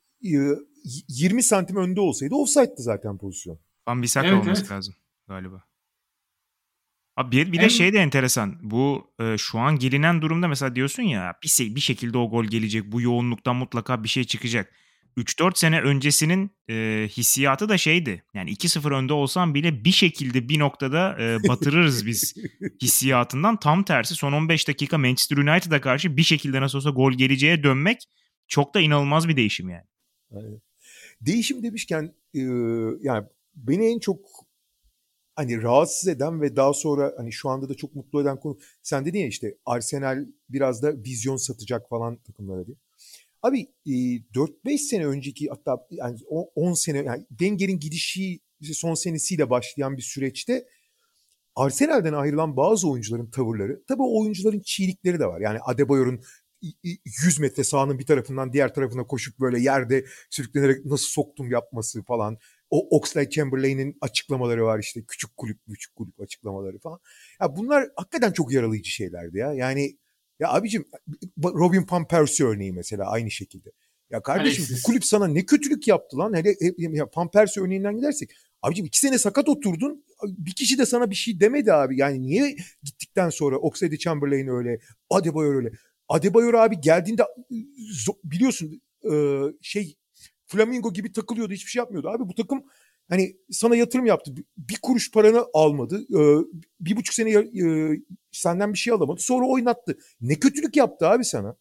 20 santim önde olsaydı offside'dı zaten pozisyon. Wan-Bissaka Evet, olması evet. lazım galiba. Abi bir de Hem şey de enteresan. Bu şu an gelinen durumda mesela diyorsun ya bir şekilde o gol gelecek. Bu yoğunluktan mutlaka bir şey çıkacak. 3-4 sene öncesinin hissiyatı da şeydi. Yani 2-0 önde olsam bile bir şekilde bir noktada batırırız biz hissiyatından. Tam tersi son 15 dakika Manchester United'a karşı bir şekilde nasıl olsa gol geleceğe dönmek çok da inanılmaz bir değişim yani. Aynen. Değişim demişken yani beni en çok hani rahatsız eden ve daha sonra hani şu anda da çok mutlu eden konu. Sen dedin ya işte Arsenal biraz da vizyon satacak falan takımlara diye. Abi 4-5 sene önceki hatta yani 10 sene yani Wenger'in gidişi işte son senesiyle başlayan bir süreçte Arsenal'den ayrılan bazı oyuncuların tavırları, tabii o oyuncuların çiğlikleri de var. Yani Adebayor'un 100 metre sahanın bir tarafından diğer tarafına koşup böyle yerde sürüklenerek nasıl soktum yapması falan. O Oxlade-Chamberlain'in açıklamaları var işte küçük kulüp açıklamaları falan. Ya bunlar hakikaten çok yaralayıcı şeylerdi ya. Yani ya abicim Robin van Persie örneği mesela aynı şekilde. Ya kardeşim bu Alexis. kulüp sana ne kötülük yaptı lan? Hele Van Persie örneğinden gidersek. Abicim 2 sene sakat oturdun. Bir kişi de sana bir şey demedi abi. Yani niye gittikten sonra Oxlade-Chamberlain öyle, Adebayor öyle. Adebayor abi geldiğinde biliyorsun Flamingo gibi takılıyordu. Hiçbir şey yapmıyordu. Abi bu takım hani sana yatırım yaptı. Bir kuruş paranı almadı. 1,5 sene senden bir şey alamadı. Sonra oynattı. Ne kötülük yaptı abi sana.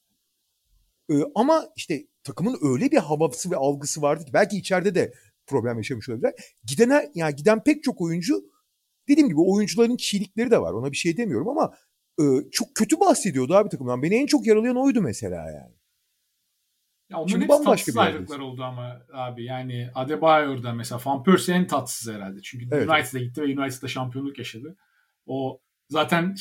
Ama işte takımın öyle bir havası ve algısı vardı ki belki içeride de problem yaşamış olabilir. Giden pek çok oyuncu dediğim gibi oyuncuların çiğlikleri de var. Ona bir şey demiyorum ama çok kötü bahsediyordu abi takımdan. Beni en çok yaralayan oydu mesela yani. Ya onların Şimdi hepsi bambaşka tatsız bir yerdeyiz. ayrılıklar oldu ama abi yani Adebayor'da mesela Van Persie en tatsız herhalde. Çünkü Evet. United'a gitti ve United'da şampiyonluk yaşadı. O zaten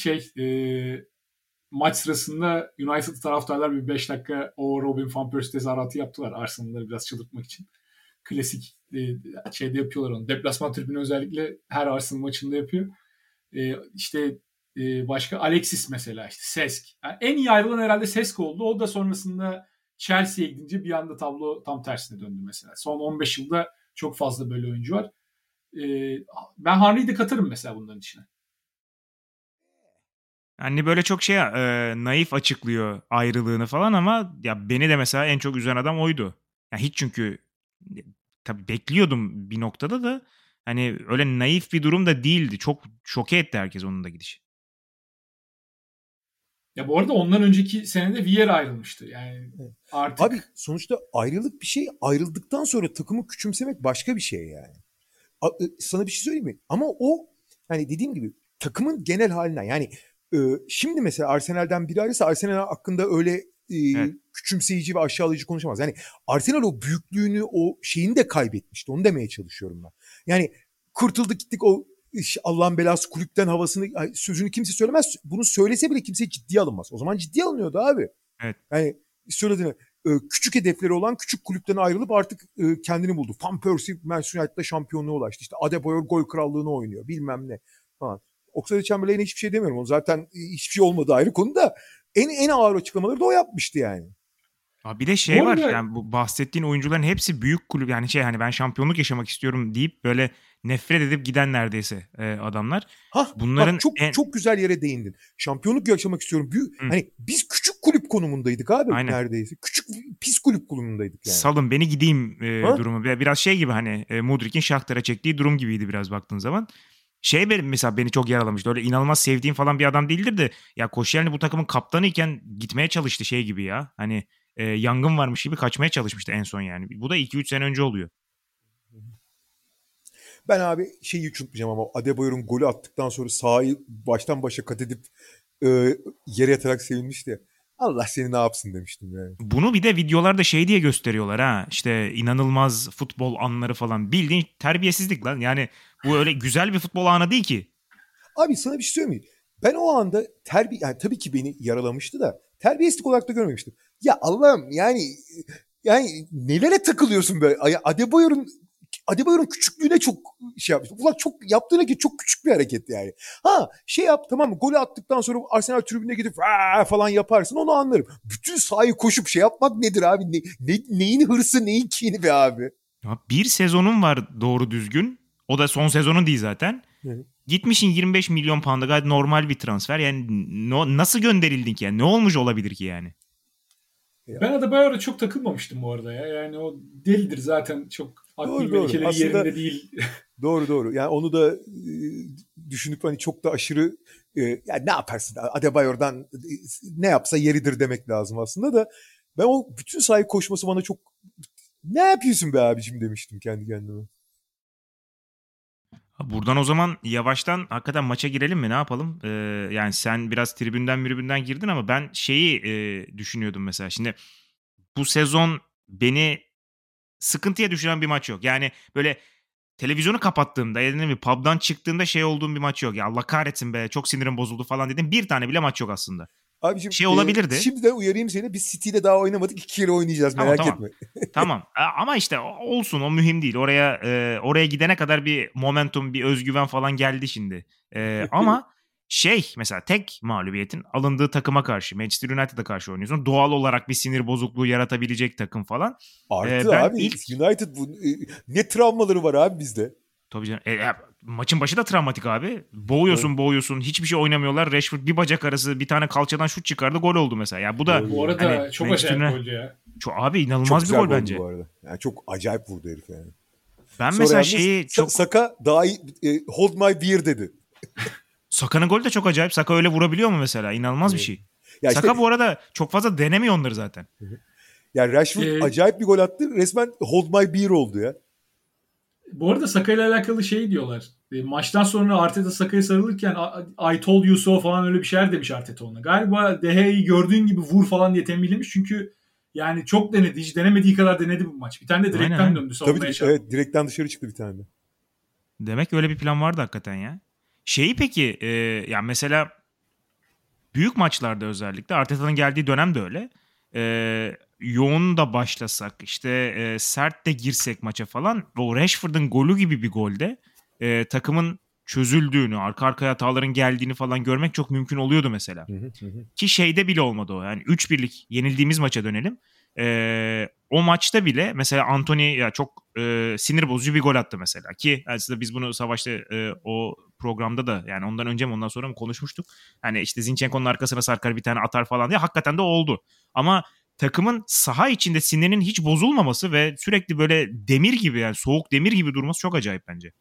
maç sırasında United taraftarlar bir 5 dakika o Robin Van Persie tezahüratı yaptılar. Arsenal'ları biraz çıldırtmak için. Klasik şeyde yapıyorlar onu. Deplasman tribünü özellikle her Arsenal maçında yapıyor. İşte Başka Alexis mesela, işte Cesc. Yani en iyi ayrılan herhalde Cesc oldu. O da sonrasında Chelsea'ye gidince bir anda tablo tam tersine döndü mesela. Son 15 yılda çok fazla böyle oyuncu var. Ben Henry'i de katarım mesela bunların içine. Hani böyle çok naif açıklıyor ayrılığını falan ama ya beni de mesela en çok üzen adam oydu. Ya hiç çünkü tabii bekliyordum bir noktada da hani öyle naif bir durum da değildi. Çok şoke etti herkes onun da gidişi. Ya bu arada ondan önceki senede Vieira ayrılmıştı. Yani artık Abi sonuçta ayrılık bir şey. Ayrıldıktan sonra takımı küçümsemek başka bir şey yani. Sana bir şey söyleyeyim mi? Ama o hani dediğim gibi takımın genel halinden yani şimdi mesela Arsenal'den biri ayrılsa Arsenal hakkında öyle Evet. küçümseyici ve aşağılayıcı konuşamaz. Yani Arsenal o büyüklüğünü, o şeyini de kaybetmişti. Onu demeye çalışıyorum ben. Yani kurtulduk gittik o Allah'ın belası kulüpten havasını sözünü kimse söylemez. Bunu söylese bile kimse ciddiye alınmaz. O zaman ciddiye alınıyordu abi. Evet. Yani söylediğini küçük hedefleri olan küçük kulüpten ayrılıp artık kendini buldu. Van Persie Manchester United'da şampiyonluğa ulaştı. İşte Adebayor gol krallığını oynuyor. Bilmem ne falan. Oxlade-Chamberlain'e hiçbir şey demiyorum. O zaten hiçbir şey olmadı ayrı konu da en ağır açıklamaları da o yapmıştı yani. Abi bir de bu var arada yani bu bahsettiğin oyuncuların hepsi büyük kulüp yani hani ben şampiyonluk yaşamak istiyorum deyip böyle nefret edip giden neredeyse adamlar. Bunların Bak çok güzel yere değindin. Şampiyonluk yaşamak istiyorum. Hı. Hani biz küçük kulüp konumundaydık abi Aynen. neredeyse. Küçük pis kulüp konumundaydık yani. Salın beni gideyim durumu. Biraz şey gibi hani Mudrik'in Shakhtar'a çektiği durum gibiydi biraz baktığın zaman. Mesela beni çok yaralamıştı. Öyle inanılmaz sevdiğim falan bir adam değildir de ya Koscielny bu takımın kaptanı iken gitmeye çalıştı şey gibi ya. Hani yangın varmış gibi kaçmaya çalışmıştı en son yani. Bu da 2-3 sene önce oluyor. Ben abi şeyi hiç unutmayacağım ama Adebayor'un golü attıktan sonra sahayı baştan başa kat edip yere yatarak sevinmişti. Allah seni ne yapsın demiştim yani. Bunu bir de videolarda şey diye gösteriyorlar ha. İşte inanılmaz futbol anları falan. Bildiğin terbiyesizlik lan. Yani bu öyle güzel bir futbol anı değil ki. Abi sana bir şey söyleyeyim mi? Ben o anda yani tabii ki beni yaralamıştı da terbiyesizlik olarak da görmemiştim. Ya Allah'ım yani nelere takılıyorsun böyle? Adebayor'un küçüklüğüne çok şey yapmış. Ulan çok yaptığına hareket çok küçük bir hareket yani. Şey yap tamam mı? Golü attıktan sonra Arsenal tribününe gidip falan yaparsın onu anlarım. Bütün sahayı koşup şey yapmak nedir abi? Neyin hırsı neyin kini be abi? Ya bir sezonun var doğru düzgün. O da son sezonun değil zaten. Hı. Gitmişin 25 milyon pound'a gayet normal bir transfer. Yani nasıl gönderildin ki yani? Ne olmuş olabilir ki yani? Ben Adebayor'a çok takılmamıştım bu arada ya. Yani o delidir zaten, çok akli Doğru. melikeleri Aslında yerinde değil. doğru. Yani onu da düşünüp hani çok da aşırı yani ne yaparsın? Adebayor'dan ne yapsa yeridir demek lazım aslında da ben o bütün sahayı koşması bana çok ne yapıyorsun be abicim demiştim kendi kendime. Buradan o zaman yavaştan hakikaten maça girelim mi? Ne yapalım? Yani sen biraz tribünden girdin ama ben şeyi düşünüyordum mesela. Şimdi bu sezon beni sıkıntıya düşüren bir maç yok. Yani böyle televizyonu kapattığımda, bir pub'dan çıktığımda şey olduğum bir maç yok. Ya Allah kahretsin be çok sinirim bozuldu falan dedim. Bir tane bile maç yok aslında. Abicim Şey olabilirdi. şimdiden uyarayım seni biz City'yle daha oynamadık 2 kere oynayacağız merak Tamam. etme. Tamam. Ama işte olsun o mühim değil. Oraya gidene kadar bir momentum, bir özgüven falan geldi şimdi. Ama mesela tek mağlubiyetin alındığı takıma karşı, Manchester United'a karşı oynuyorsun. Doğal olarak bir sinir bozukluğu yaratabilecek takım falan. Artı Ben abi ilk United ne travmaları var abi bizde. tabii canım. Maçın başı da travmatik abi. Boğuyorsun. Hiçbir şey oynamıyorlar. Rashford bir bacak arası bir tane kalçadan şut çıkardı. Gol oldu mesela. Ya bu da Bu arada hani çok Manchester acayip United goldü ya. abi Çok inanılmaz bir güzel gol goldü bence. bu arada. Yani çok acayip vurdu herif yani. Ben Sonra mesela yalnız şeyi çok Saka daha iyi hold my beer dedi. Saka'nın golü de çok acayip. Saka öyle vurabiliyor mu mesela? İnanılmaz bir Evet. şey. Ya Saka işte bu arada çok fazla denemiyor onları zaten. yani Rashford Ee, acayip bir gol attı. Resmen hold my beer oldu ya. Bu arada Saka ile alakalı şey diyorlar. Maçtan sonra Arteta Saka'ya sarılırken I told you so falan öyle bir şeyler demiş Arteta ona. Galiba De Gea'yı gördüğün gibi vur falan diye tembihlemiş. Çünkü yani çok denedi. Hiç denemediği kadar denedi bu maç. Bir tane de direkten Aynen. döndü Tabii savunmaya çarptı. evet direkten dışarı çıktı bir tane de. Demek öyle bir plan vardı hakikaten ya. Şeyi peki ya mesela büyük maçlarda özellikle Arteta'nın geldiği dönem de öyle. Yoğun da başlasak işte sert de girsek maça falan o Rashford'un golü gibi bir golde takımın çözüldüğünü, arka arkaya hataların geldiğini falan görmek çok mümkün oluyordu mesela. Ki şeyde bile olmadı o. Yani 3-1'lik yenildiğimiz maça dönelim. O maçta bile mesela Anthony ya çok sinir bozucu bir gol attı mesela. Ki aslında biz bunu Savaş'ta o programda da yani ondan önce mi ondan sonra mı konuşmuştuk. Hani işte Zinchenko'nun arkasına sarkar bir tane atar falan diye hakikaten de oldu. Ama takımın saha içinde sinirinin hiç bozulmaması ve sürekli böyle demir gibi yani soğuk demir gibi durması çok acayip bence.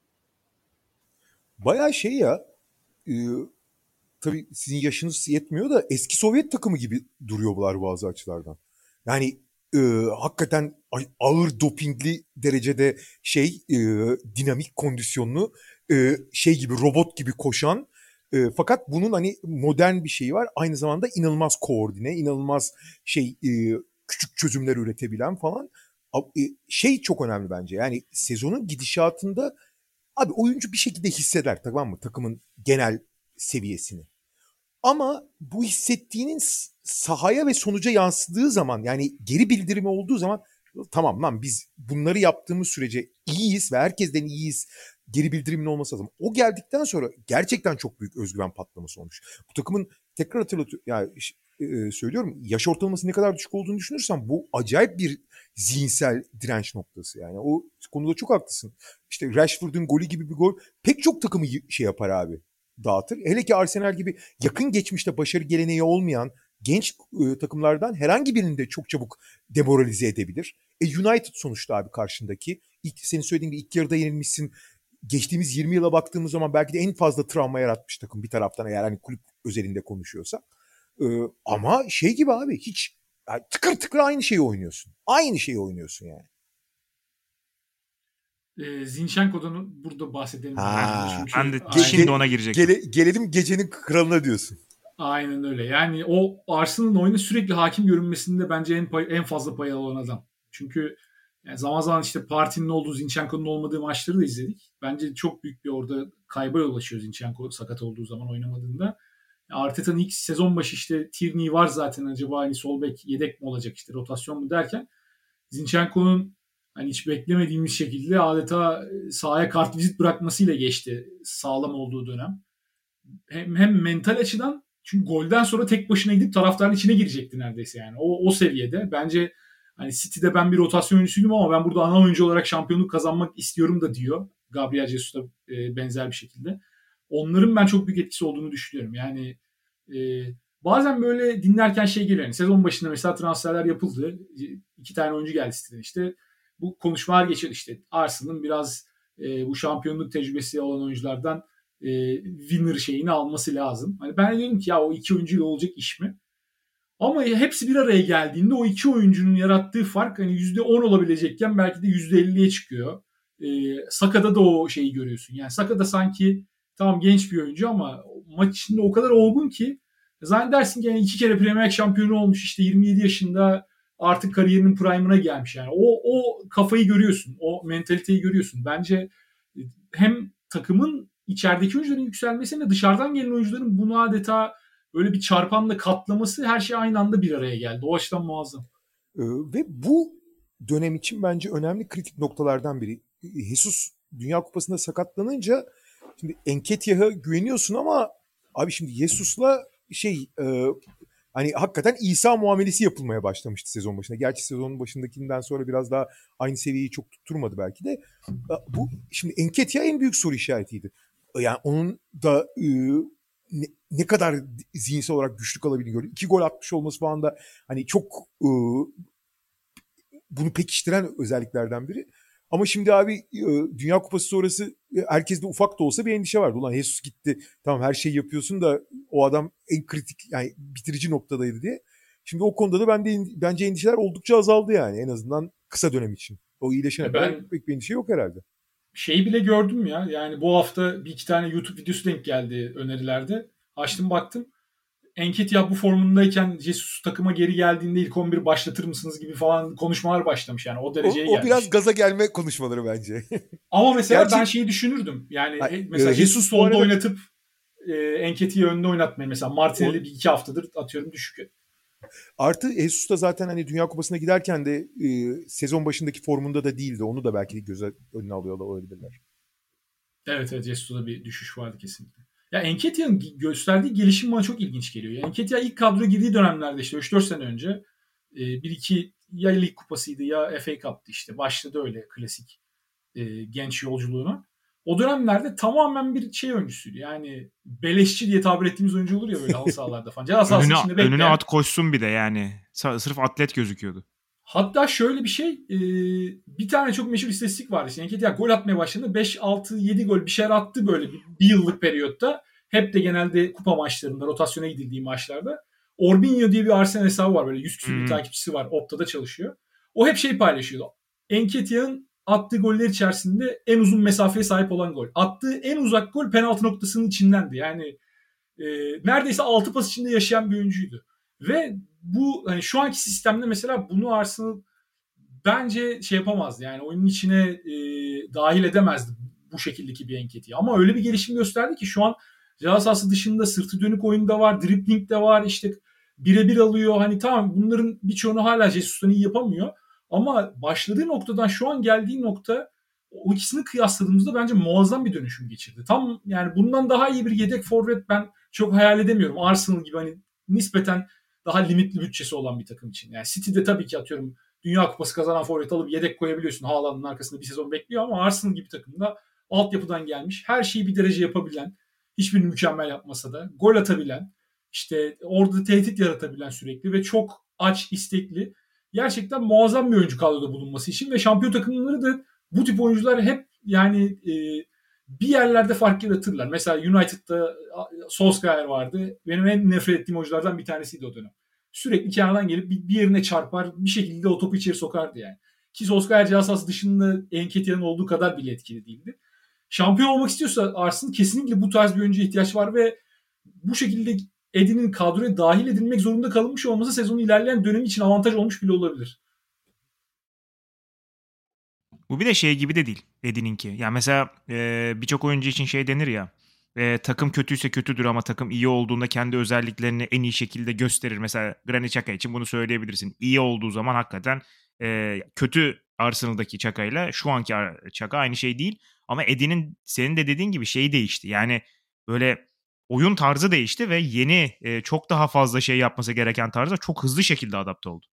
Bayağı şey ya, e, tabii sizin yaşınız yetmiyor da eski Sovyet takımı gibi duruyorlar bazı açılardan. Yani e, hakikaten ağır dopingli derecede dinamik kondisyonlu, şey gibi, robot gibi koşan, fakat bunun hani modern bir şeyi var. Aynı zamanda inanılmaz koordine, inanılmaz küçük çözümler üretebilen falan. Şey çok önemli bence. Yani sezonun gidişatında abi oyuncu bir şekilde hisseder, tamam mı, takımın genel seviyesini. Ama bu hissettiğinin sahaya ve sonuca yansıdığı zaman, yani geri bildirimi olduğu zaman, tamam lan biz bunları yaptığımız sürece iyiyiz ve herkesten iyiyiz geri bildirimin olması lazım. O geldikten sonra gerçekten çok büyük özgüven patlaması olmuş. Bu takımın, tekrar hatırlatıyorum yani, söylüyorum, yaş ortalaması ne kadar düşük olduğunu düşünürsem bu acayip bir zihinsel direnç noktası yani. O konuda çok haklısın. İşte Rashford'un golü gibi bir gol pek çok takımı şey yapar abi, dağıtır. Hele ki Arsenal gibi yakın geçmişte başarı geleneği olmayan genç takımlardan herhangi birini de çok çabuk demoralize edebilir. United sonuçta abi karşındaki. Senin söylediğin gibi ilk yarıda yenilmişsin. Geçtiğimiz 20 yıla baktığımız zaman belki de en fazla travma yaratmış takım bir taraftan, eğer hani kulüp özelinde konuşuyorsak. Ama şey gibi abi, hiç yani tıkır tıkır aynı şeyi oynuyorsun. Aynı şeyi oynuyorsun yani. Zinchenko'dan burada bahsedelim. Ben de şimdi ona girecektim. Gelelim gecenin kralına diyorsun. Aynen öyle. Yani o Arsenal'ın oyuna sürekli hakim görünmesinde bence en fazla pay alan adam. Çünkü yani zaman zaman işte Partey'nin olduğu, Zinchenko'nun olmadığı maçları da izledik. Bence çok büyük bir orada kayba yol açıyor Zinchenko sakat olduğu zaman, oynamadığında. Arteta'nın ilk sezon başı işte Tierney var zaten, acaba hani sol bek yedek mi olacak, işte rotasyon mu derken, Zinchenko'nun hani hiç beklemediğimiz şekilde adeta sahaya kartvizit bırakmasıyla geçti sağlam olduğu dönem. Hem mental açıdan, çünkü golden sonra tek başına gidip taraftarın içine girecekti neredeyse yani. O seviyede. Bence hani City'de ben bir rotasyon oyuncusuydum ama ben burada ana oyuncu olarak şampiyonluk kazanmak istiyorum da diyor. Gabriel Jesus da benzer bir şekilde. Onların ben çok büyük etkisi olduğunu düşünüyorum. Yani e, bazen böyle dinlerken şey geliyor. Yani sezon başında mesela transferler yapıldı. 2 tane oyuncu geldi City'den işte. Bu konuşmalar geçiyor işte. Arsenal'ın biraz bu şampiyonluk tecrübesi olan oyunculardan winner şeyini alması lazım. Hani ben diyorum ki ya o 2 oyuncuyla olacak iş mi? Ama hepsi bir araya geldiğinde o 2 oyuncunun yarattığı fark hani %10 olabilecekken belki de %50'ye çıkıyor. Saka'da da o şeyi görüyorsun. Yani Saka'da sanki tamam genç bir oyuncu ama maç içinde o kadar olgun ki zannedersin ki yani 2 kere Premier League şampiyonu olmuş, işte 27 yaşında artık kariyerinin prime'ına gelmiş yani. O kafayı görüyorsun. O mentaliteyi görüyorsun. Bence hem takımın içerideki oyuncuların yükselmesi ve dışarıdan gelen oyuncuların bunu adeta böyle bir çarpanla katlaması, her şey aynı anda bir araya geldi. O açıdan muazzam. Ve bu dönem için bence önemli kritik noktalardan biri. Jesus Dünya Kupası'nda sakatlanınca şimdi Nketiah'a güveniyorsun ama abi şimdi Jesus'la hani hakikaten İsa muamelesi yapılmaya başlamıştı sezon başında. Gerçi sezonun başındakinden sonra biraz daha aynı seviyeyi çok tutturmadı belki de. Bu şimdi Nketiah en büyük soru işaretiydi. Yani onun da ne kadar zihinsel olarak güçlü kalabildiğini gördük. 2 gol atmış olması falan da hani çok bunu pekiştiren özelliklerden biri. Ama şimdi abi Dünya Kupası sonrası herkeste ufak da olsa bir endişe vardı. Ulan Jesus gitti. Tamam her şeyi yapıyorsun da o adam en kritik, yani bitirici noktadaydı diye. Şimdi o konuda da bence endişeler oldukça azaldı yani, en azından kısa dönem için. O iyileşene kadar pek bir endişe yok herhalde. Şeyi bile gördüm ya. Yani bu hafta bir iki tane YouTube videosu denk geldi önerilerde. Açtım baktım. Nketiah bu formundayken Jesus takıma geri geldiğinde ilk 11 başlatır mısınız gibi falan konuşmalar başlamış yani. O dereceye gelmiş. O biraz gaza gelme konuşmaları bence. Ama mesela ben şeyi düşünürdüm. Yani mesela Jesus solda oynatıp Nketiah'ı önde oynatmayı, mesela Martinelli bir iki haftadır atıyorum düşük. Artı Jesus da zaten hani Dünya Kupası'na giderken de sezon başındaki formunda da değildi. Onu da belki göz önüne alıyorlar olabilirler. Evet evet, Jesus'ta bir düşüş vardı kesinlikle. Ya Nketiah'ın gösterdiği gelişim bana çok ilginç geliyor. Ya Nketiah ilk kadroya girdiği dönemlerde işte 3-4 sene önce 1-2 ya Lig Kupası'ydı ya FA Cup'tı işte. Başladı öyle klasik genç yolculuğuna. O dönemlerde tamamen bir şey oyuncusuydu. Yani beleşçi diye tabir ettiğimiz oyuncu olur ya böyle halı sahalarda falan. Ceza sahası içinde Önüne bekleyen. at koşsun bir de yani. Sırf atlet gözüküyordu. Hatta şöyle bir şey, bir tane çok meşhur istatistik vardı. İşte Nketiah gol atmaya başladığında 5, 6, 7 gol bir şeyler attı böyle bir yıllık periyotta. Hep de genelde kupa maçlarında, rotasyona gidildiği maçlarda. Orbinho diye bir Arsenal hesabı var. Böyle 100 küsur bir takipçisi var. Opta'da çalışıyor. O hep şey paylaşıyordu. Nketiah'ın attığı goller içerisinde en uzun mesafeye sahip olan gol. Attığı en uzak gol penaltı noktasının içindendi. Yani neredeyse 6 pas içinde yaşayan bir oyuncuydu. Ve bu hani şu anki sistemde mesela bunu Arsenal bence şey yapamazdı. Yani oyunun içine dahil edemezdi bu şekildeki bir Nketiah. Ama öyle bir gelişim gösterdi ki şu an ceza sahası dışında sırtı dönük oyunda var, dribbling de var, işte birebir alıyor. Hani tamam bunların birçoğunu hala Jesus'tan iyi yapamıyor. Ama başladığı noktadan şu an geldiği nokta o ikisini kıyasladığımızda bence muazzam bir dönüşüm geçirdi. Tam yani bundan daha iyi bir yedek forvet ben çok hayal edemiyorum. Arsenal gibi hani nispeten daha limitli bütçesi olan bir takım için. Yani City'de tabii ki atıyorum Dünya Kupası kazanan forvet alıp yedek koyabiliyorsun. Haaland'ın arkasında bir sezon bekliyor ama Arsenal gibi takımda altyapıdan gelmiş, her şeyi bir derece yapabilen, hiçbirini mükemmel yapmasa da gol atabilen, işte orada tehdit yaratabilen sürekli ve çok aç, istekli. Gerçekten muazzam bir oyuncu kadroda bulunması için ve şampiyon takımları da bu tip oyuncular hep yani bir yerlerde fark yaratırlar. Mesela United'da Solskjaer vardı. Benim en nefret ettiğim oyunculardan bir tanesiydi o dönem. Sürekli kenardan gelip bir yerine çarpar, bir şekilde o topu içeri sokardı yani. Ki Solskjaer cihazası dışında Nketiah'ın olduğu kadar bile etkili değildi. Şampiyon olmak istiyorsa Arsenal kesinlikle bu tarz bir oyuncuya ihtiyaç var ve bu şekilde Eddie'nin kadroya dahil edilmek zorunda kalınmış olması sezonun ilerleyen dönemi için avantaj olmuş bile olabilir. Bu bir de şey gibi de değil Eddie'ninki. Yani mesela birçok oyuncu için şey denir ya. Takım kötüyse kötüdür ama takım iyi olduğunda kendi özelliklerini en iyi şekilde gösterir. Mesela Granit Xhaka için bunu söyleyebilirsin. İyi olduğu zaman hakikaten kötü Arsenal'daki Xhaka'yla şu anki Xhaka aynı şey değil. Ama Eddie'nin senin de dediğin gibi şey değişti. Yani böyle oyun tarzı değişti ve yeni çok daha fazla şey yapması gereken tarza çok hızlı şekilde adapte oldu.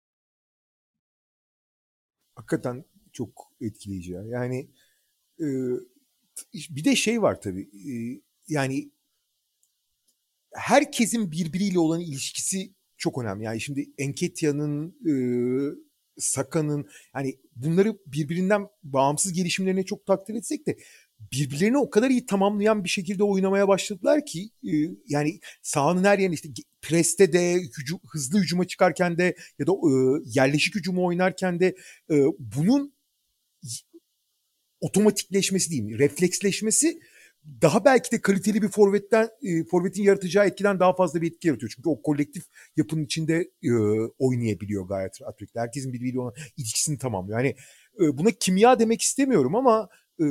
Hakikaten çok etkileyici ya. Yani e, bir de şey var tabii. Yani herkesin birbiriyle olan ilişkisi çok önemli. Yani şimdi Nketiah'nın, Saka'nın yani bunları birbirinden bağımsız gelişimlerine çok takdir etsek de birbirlerini o kadar iyi tamamlayan bir şekilde oynamaya başladılar ki yani sahanın her yerine işte preste de hızlı hücuma çıkarken de ya da yerleşik hücumu oynarken de bunun otomatikleşmesi diyeyim, refleksleşmesi daha belki de kaliteli bir forvetin yaratacağı etkiden daha fazla bir etki yaratıyor. Çünkü o kolektif yapının içinde oynayabiliyor gayet rahat. Herkesin birbiriyle olan ilişkisini tamamlıyor. Yani buna kimya demek istemiyorum ama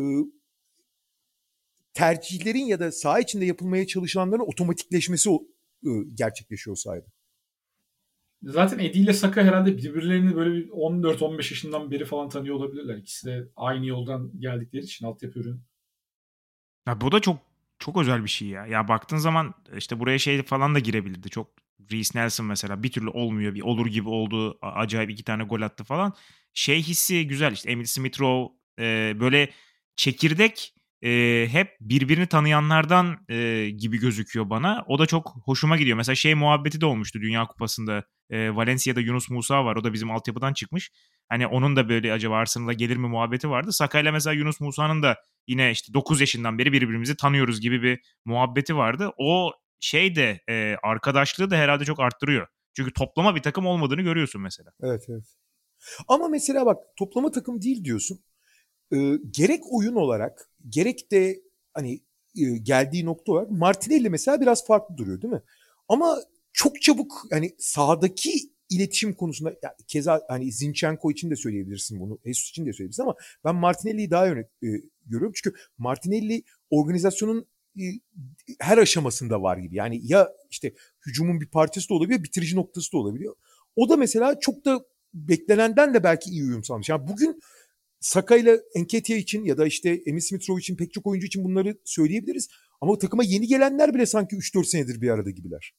tercihlerin ya da saha içinde yapılmaya çalışılanların otomatikleşmesi gerçekleşiyor sayede. Zaten Eddie ile Saka herhalde birbirlerini böyle bir 14-15 yaşından beri falan tanıyor olabilirler. İkisi de aynı yoldan geldikleri için altyapı ürün. Ya bu da çok çok özel bir şey ya. Ya baktığın zaman işte buraya şey falan da girebilirdi. Çok Reece Nelson mesela bir türlü olmuyor. Bir olur gibi oldu. Acayip 2 tane gol attı falan. Şey hissi güzel işte Emil Smith Rowe böyle çekirdek hep birbirini tanıyanlardan gibi gözüküyor bana. O da çok hoşuma gidiyor. Mesela şey muhabbeti de olmuştu Dünya Kupası'nda. Valencia'da Yunus Musa var. O da bizim altyapıdan çıkmış. Hani onun da böyle acaba Arsenal'a gelir mi muhabbeti vardı. Saka ile mesela Yunus Musa'nın da yine işte 9 yaşından beri birbirimizi tanıyoruz gibi bir muhabbeti vardı. O şey de arkadaşlığı da herhalde çok arttırıyor. Çünkü toplama bir takım olmadığını görüyorsun mesela. Evet, evet. Ama mesela bak toplama takım değil diyorsun. Gerek oyun olarak gerek de hani geldiği nokta olarak Martinelli mesela biraz farklı duruyor değil mi? Ama çok çabuk hani sahadaki iletişim konusunda keza hani Zinchenko için de söyleyebilirsin bunu. Jesus için de söyleyebilirsin ama ben Martinelli'yi daha görüyorum. Çünkü Martinelli organizasyonun her aşamasında var gibi. Yani ya işte hücumun bir parçası da olabiliyor, bitirici noktası da olabiliyor. O da mesela çok da beklenenden de belki iyi uyum sağlamış. Yani bugün Saka ile Nketiah için ya da işte Emil Smith-Rowe için pek çok oyuncu için bunları söyleyebiliriz. Ama takıma yeni gelenler bile sanki 3-4 senedir bir arada gibiler.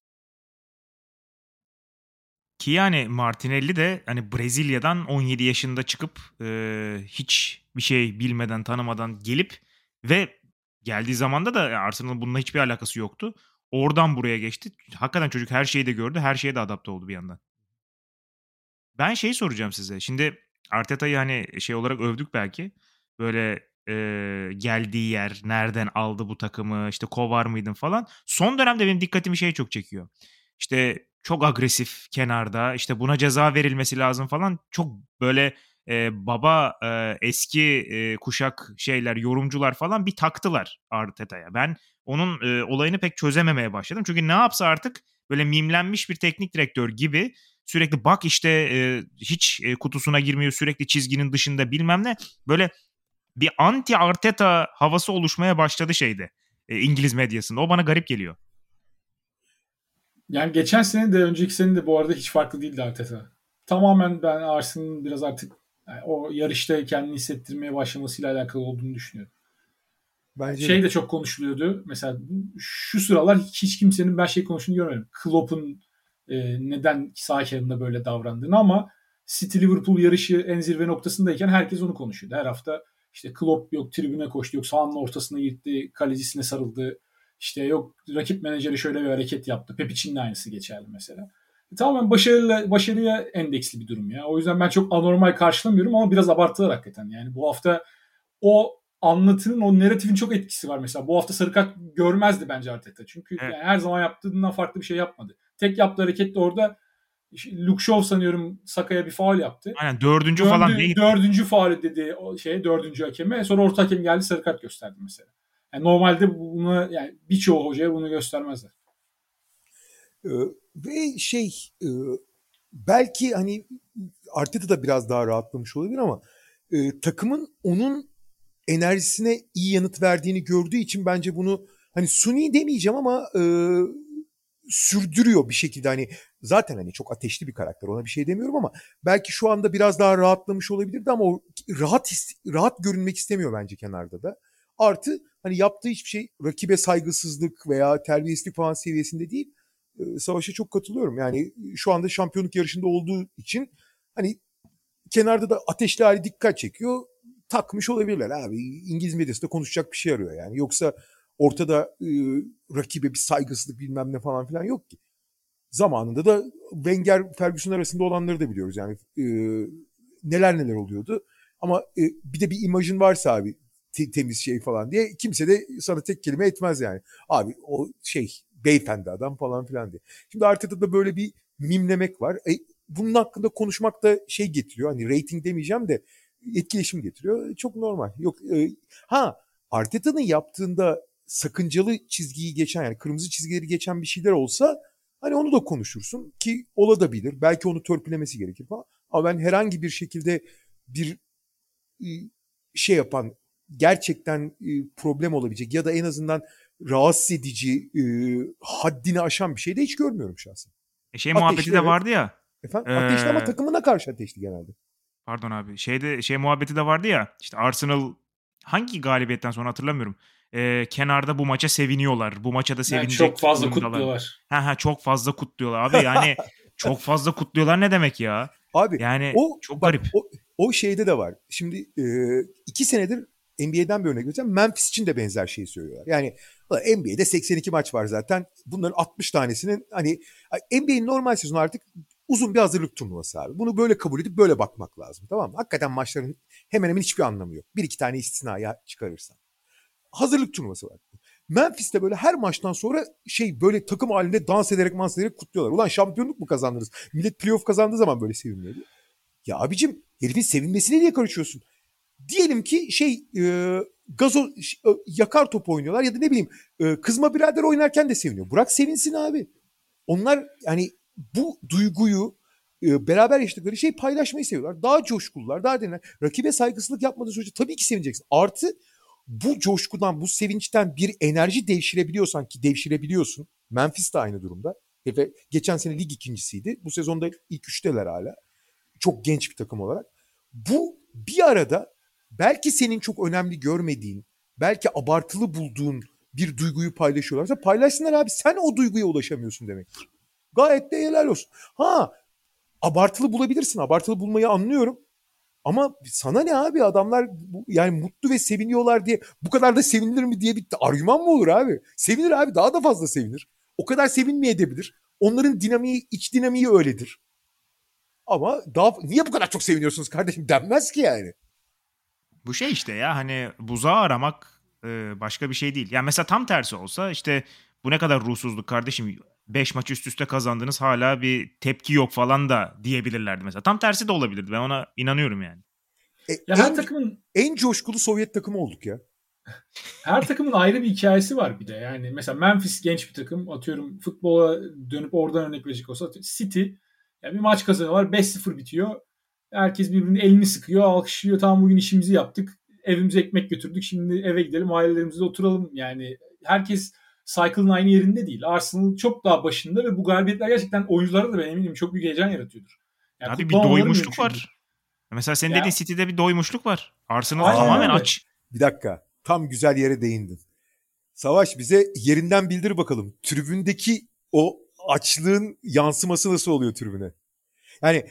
Ki yani Martinelli de hani Brezilya'dan 17 yaşında çıkıp hiç bir şey bilmeden tanımadan gelip ve geldiği zamanda da Arsenal'ın bununla hiçbir alakası yoktu. Oradan buraya geçti. Hakikaten çocuk her şeyi de gördü. Her şeye de adapte oldu bir yandan. Ben şeyi soracağım size. Şimdi Arteta'yı hani şey olarak övdük belki. Böyle geldiği yer, nereden aldı bu takımı, işte kovar mıydın falan. Son dönemde benim dikkatimi şey çok çekiyor. İşte çok agresif kenarda, işte buna ceza verilmesi lazım falan. Çok böyle baba eski kuşak şeyler, yorumcular falan bir taktılar Arteta'ya. Ben onun olayını pek çözememeye başladım. Çünkü ne yapsa artık böyle mimlenmiş bir teknik direktör gibi sürekli bak işte hiç kutusuna girmiyor, sürekli çizginin dışında bilmem ne. Böyle bir anti Arteta havası oluşmaya başladı şeyde. İngiliz medyasında. O bana garip geliyor. Yani geçen sene de önceki sene de bu arada hiç farklı değildi Arteta. Tamamen ben Arsenal'ın biraz artık yani o yarışta kendini hissettirmeye başlamasıyla alakalı olduğunu düşünüyorum. Bence Şey de. de çok konuşuluyordu. Mesela şu sıralar hiç kimsenin ben şey konuştuğunu görmedim. Klopp'un neden saha kenarında böyle davrandığını ama City Liverpool yarışı en zirve noktasındayken herkes onu konuşuyordu. Her hafta işte Klopp yok tribüne koştu, yok sahanın ortasına gitti, kalecisine sarıldı. İşte yok rakip menajeri şöyle bir hareket yaptı. Pep için de aynısı geçerli mesela. Tamamen başarıya endeksli bir durum ya. O yüzden ben çok anormal karşılamıyorum ama biraz abartılar hakikaten. Yani bu hafta o anlatının, o narratifin çok etkisi var mesela. Bu hafta sarı kart görmezdi bence Arteta. Çünkü Evet. yani her zaman yaptığından farklı bir şey yapmadı. Tek yaptığı hareket de orada Luke Shaw sanıyorum Saka'ya bir faul yaptı. Aynen dördüncü falan neydi? Dördüncü faul dedi o dördüncü hakeme. Sonra orta hakem geldi sarı kart gösterdi mesela. Yani normalde bunu yani birçoğu hocaya bunu göstermezler. Ve belki hani Arteta da biraz daha rahatlamış olabilir ama takımın onun enerjisine iyi yanıt verdiğini gördüğü için bence bunu hani suni demeyeceğim ama sürdürüyor bir şekilde. Hani zaten hani çok ateşli bir karakter, ona bir şey demiyorum ama belki şu anda biraz daha rahatlamış olabilirdi ama o rahat görünmek istemiyor bence kenarda da. Artı hani yaptığı hiçbir şey rakibe saygısızlık veya terbiyesizlik falan seviyesinde değil. Savaş'a çok katılıyorum. Yani şu anda şampiyonluk yarışında olduğu için hani kenarda da ateşli hali dikkat çekiyor. Takmış olabilirler abi. İngiliz medyasında konuşacak bir şey arıyor yani. Yoksa ortada rakibe bir saygısızlık bilmem ne falan filan yok ki. Zamanında da Wenger Ferguson arasında olanları da biliyoruz. Yani neler neler oluyordu. Ama bir de bir imajın varsa abi temiz şey falan diye kimse de sana tek kelime etmez yani. Abi o beyefendi adam falan filan diye. Şimdi Arteta'da böyle bir mimlemek var. Bunun hakkında konuşmak da getiriyor. Hani rating demeyeceğim de etkileşim getiriyor. Çok normal. Yok Arteta'nın yaptığında sakıncalı çizgiyi geçen yani kırmızı çizgileri geçen bir şeyler olsa hani onu da konuşursun ki olabilir. Belki onu törpülemesi gerekir falan. Ama ben herhangi bir şekilde bir yapan gerçekten problem olabilecek ya da en azından rahatsız edici haddini aşan bir şey de hiç görmüyorum şahsen. Muhabbeti Ateşli, de evet. vardı ya. Efendim? Ateşli ama takımına karşı ateşli genelde. Pardon abi. Muhabbeti de vardı ya. İşte Arsenal hangi galibiyetten sonra hatırlamıyorum. Kenarda bu maça seviniyorlar. Bu maça da Yani sevinecek çok fazla durumdalar. kutluyorlar. Çok fazla kutluyorlar abi. Yani çok fazla kutluyorlar ne demek ya? Abi Yani çok bak garip. o şeyde de var. Şimdi 2 senedir NBA'den bir örnek vereceğim. Memphis için de benzer şeyi söylüyorlar. Yani NBA'de 82 maç var zaten. Bunların 60 tanesinin hani NBA'nin normal sezonu artık uzun bir hazırlık turnuvası abi. Bunu böyle kabul edip böyle bakmak lazım. Tamam mı? Hakikaten maçların hemen hemen hiçbir anlamı yok. Bir iki tane istisnaya çıkarırsan. Hazırlık turnuvası var. Memphis'te böyle her maçtan sonra böyle takım halinde dans ederek kutluyorlar. Ulan şampiyonluk mu kazandınız? Millet playoff kazandığı zaman böyle sevinmiyor. Ya abicim herifin sevinmesine niye karışıyorsun? Diyelim ki gazo yakar top oynuyorlar ya da ne bileyim kızma birader oynarken de seviniyor. Bırak sevinsin abi. Onlar yani bu duyguyu beraber yaşadıkları paylaşmayı seviyorlar. Daha coşkulular, daha denilen. Rakibe saygısızlık yapmadığı sürece tabii ki sevineceksin. Artı bu coşkudan, bu sevinçten bir enerji devşirebiliyorsan ki devşirebiliyorsun. Memphis de aynı durumda. Ve geçen sene lig ikincisiydi. Bu sezonda ilk üçteler hala. Çok genç bir takım olarak. Bu bir arada belki senin çok önemli görmediğin, belki abartılı bulduğun bir duyguyu paylaşıyorlarsa paylaşsınlar abi. Sen o duyguya ulaşamıyorsun demektir. Gayet de helal olsun. Ha, abartılı bulabilirsin. Abartılı bulmayı anlıyorum. Ama sana ne abi, adamlar yani mutlu ve seviniyorlar diye bu kadar da sevinilir mi diye bir argüman mı olur abi? Sevinir abi, daha da fazla sevinir. O kadar sevinmeyebilir. Onların dinamiği, iç dinamiği öyledir. Ama daha niye bu kadar çok seviniyorsunuz kardeşim denmez ki yani. Bu şey işte ya, hani buzağı aramak başka bir şey değil. Yani mesela tam tersi olsa işte bu ne kadar ruhsuzluk kardeşim, 5 maç üst üste kazandınız hala bir tepki yok falan da diyebilirlerdi mesela. Tam tersi de olabilirdi, ben ona inanıyorum yani. Ya her takımın en coşkulu Sovyet takımı olduk ya. Her takımın ayrı bir hikayesi var bir de. Yani mesela Memphis genç bir takım. Atıyorum futbola dönüp oradan örnek verecek olsa City, yani bir maç kazanıyorlar, 5-0 bitiyor. Herkes birbirinin elini sıkıyor, alkışlıyor. Tamam, bugün işimizi yaptık. Evimize ekmek götürdük. Şimdi eve gidelim, ailelerimizle oturalım. Yani herkes cycle'ın aynı yerinde değil. Arsenal çok daha başında ve bu galibiyetler gerçekten oyunculara da ben eminim çok büyük heyecan yaratıyordur. Yani Abi bir kutlamaları doymuşluk mümkün değil. var. Mesela senin Ya, dediğin City'de bir doymuşluk var. Arsenal aynen tamamen öyle. aç. Bir dakika. Tam güzel yere değindin. Savaş, bize yerinden bildir bakalım. Tribündeki o açlığın yansıması nasıl oluyor tribüne? Yani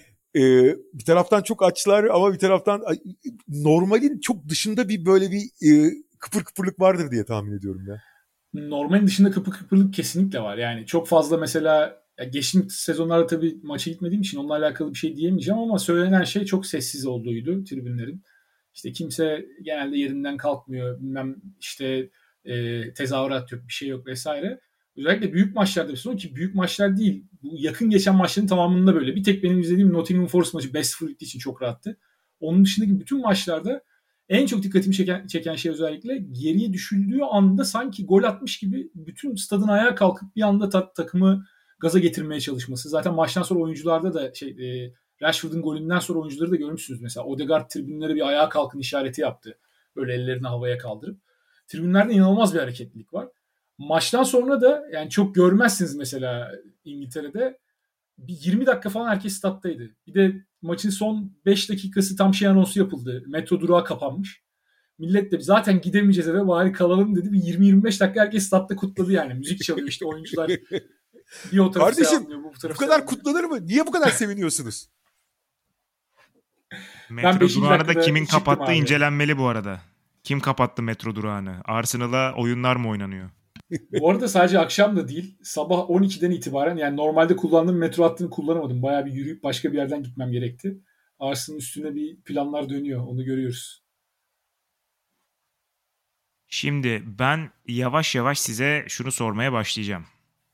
bir taraftan çok açlar ama bir taraftan normalin çok dışında bir böyle bir kıpır kıpırlık vardır diye tahmin ediyorum ya. Normalin dışında kıpır kıpırlık kesinlikle var. Yani çok fazla mesela geçtiğimiz sezonlarda tabii maça gitmediğim için onunla alakalı bir şey diyemeyeceğim ama söylenen şey çok sessiz olduğuydu tribünlerin. İşte kimse genelde yerinden kalkmıyor. Bilmem işte tezahürat yok, bir şey yok vesaire. Özellikle büyük maçlarda bir sorun ki büyük maçlar değil. Bu yakın geçen maçların tamamında böyle. Bir tek benim izlediğim Nottingham Forest maçı 5-0 bittiği için çok rahattı. Onun dışındaki bütün maçlarda en çok dikkatimi çeken şey özellikle geriye düşüldüğü anda sanki gol atmış gibi bütün stadın ayağa kalkıp bir anda takımı gaza getirmeye çalışması. Zaten maçtan sonra oyuncularda da Rashford'un golünden sonra oyuncuları da görmüşsünüz. Mesela Odegaard tribünlere bir ayağa kalkın işareti yaptı. Böyle ellerini havaya kaldırıp. Tribünlerde inanılmaz bir hareketlilik var. Maçtan sonra da yani çok görmezsiniz mesela İngiltere'de bir 20 dakika falan herkes stat'taydı. Bir de maçın son 5 dakikası tam şey anonsu yapıldı. Metro durağı kapanmış. Millet de zaten gidemeyeceğiz eve bari kalalım dedi. Bir 20-25 dakika herkes statta kutladı yani. Müzik çalıyor işte, oyuncular bir o tarafı Kardeşim, selamlıyor, bu tarafı bu kadar selamlıyor. kutlanır mı? Niye bu kadar seviniyorsunuz? Metro 5. durağını da dakikada kimin çıktım kapattığı abi. incelenmeli bu arada. Kim kapattı metro durağını? Arsenal'a oyunlar mı oynanıyor? Bu arada sadece akşam da değil, sabah 12'den itibaren, yani normalde kullandığım metro hattını kullanamadım. Bayağı bir yürüyüp başka bir yerden gitmem gerekti. Arsenal'ın üstüne bir planlar dönüyor. Onu görüyoruz. Şimdi ben yavaş yavaş size şunu sormaya başlayacağım.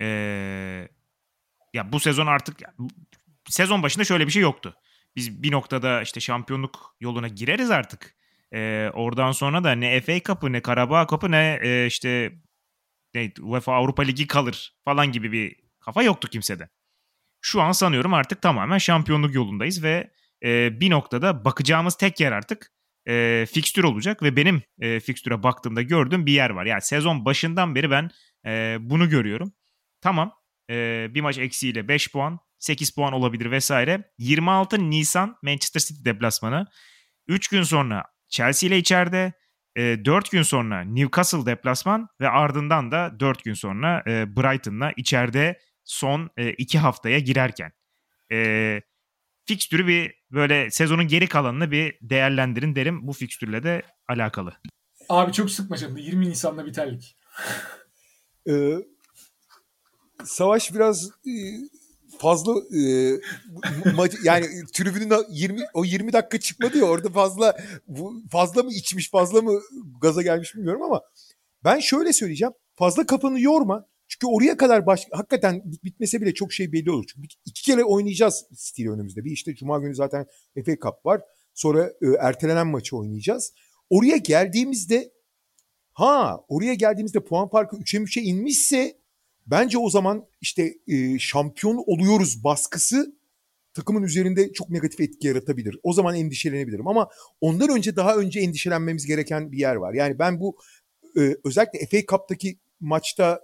Ya bu sezon artık, sezon başında şöyle bir şey yoktu. Biz bir noktada işte şampiyonluk yoluna gireriz artık. Oradan sonra da ne FA Cup'ı ne Karabağ Cup'ı ne işte UEFA Avrupa Ligi kalır falan gibi bir kafa yoktu kimsede. Şu an sanıyorum artık tamamen şampiyonluk yolundayız ve bir noktada bakacağımız tek yer artık fikstür olacak ve benim fikstüre baktığımda gördüğüm bir yer var. Yani sezon başından beri ben bunu görüyorum. Tamam, bir maç eksiğiyle 5 puan, 8 puan olabilir vesaire. 26 Nisan Manchester City deplasmanı. 3 gün sonra Chelsea ile içeride. 4 gün sonra Newcastle deplasman ve ardından da 4 gün sonra Brighton'la içeride son 2 haftaya girerken. Fikstürü bir böyle sezonun geri kalanını bir değerlendirin derim, bu fikstürle de alakalı. Abi çok sıkma canını. 20 Nisan'da biterlik. Savaş biraz fazla yani tribünün o 20 dakika çıkmadı ya orada, fazla mı içmiş, fazla mı gaza gelmiş bilmiyorum ama ben şöyle söyleyeceğim. Fazla kafanı yorma. Çünkü oraya kadar hakikaten bitmese bile çok şey belli olur. Çünkü 2 kere oynayacağız City'yle önümüzde. Bir işte Cuma günü zaten FA Cup var. Sonra ertelenen maçı oynayacağız. Oraya geldiğimizde puan farkı 3'e 3'e inmişse bence o zaman işte şampiyon oluyoruz baskısı takımın üzerinde çok negatif etki yaratabilir. O zaman endişelenebilirim ama ondan önce daha önce endişelenmemiz gereken bir yer var. Yani ben bu özellikle FA Cup'taki maçta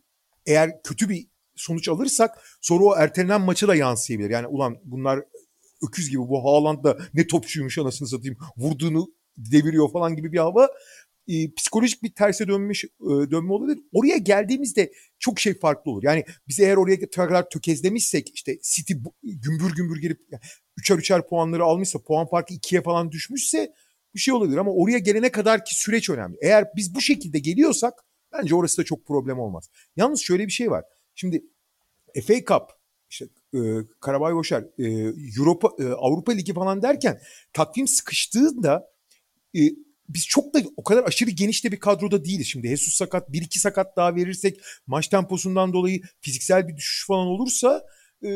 eğer kötü bir sonuç alırsak sonra o ertelenen maçı da yansıyabilir. Yani ulan bunlar öküz gibi, bu Haaland da ne topçuymuş anasını satayım, vurduğunu deviriyor falan gibi bir hava. Psikolojik bir terse dönme olabilir. Oraya geldiğimizde çok şey farklı olur. Yani biz eğer oraya kadar tökezlemişsek, işte City gümbür gümbür girip üçer puanları almışsa, puan farkı 2'ye falan düşmüşse bir şey olabilir. Ama oraya gelene kadar ki süreç önemli. Eğer biz bu şekilde geliyorsak bence orası da çok problem olmaz. Yalnız şöyle bir şey var. Şimdi FA Cup, işte Karabağ Boşar, Avrupa Ligi falan derken takvim sıkıştığında biz çok da o kadar aşırı geniş de bir kadroda değiliz. Şimdi Jesus sakat, 1-2 sakat daha verirsek, maç temposundan dolayı fiziksel bir düşüş falan olursa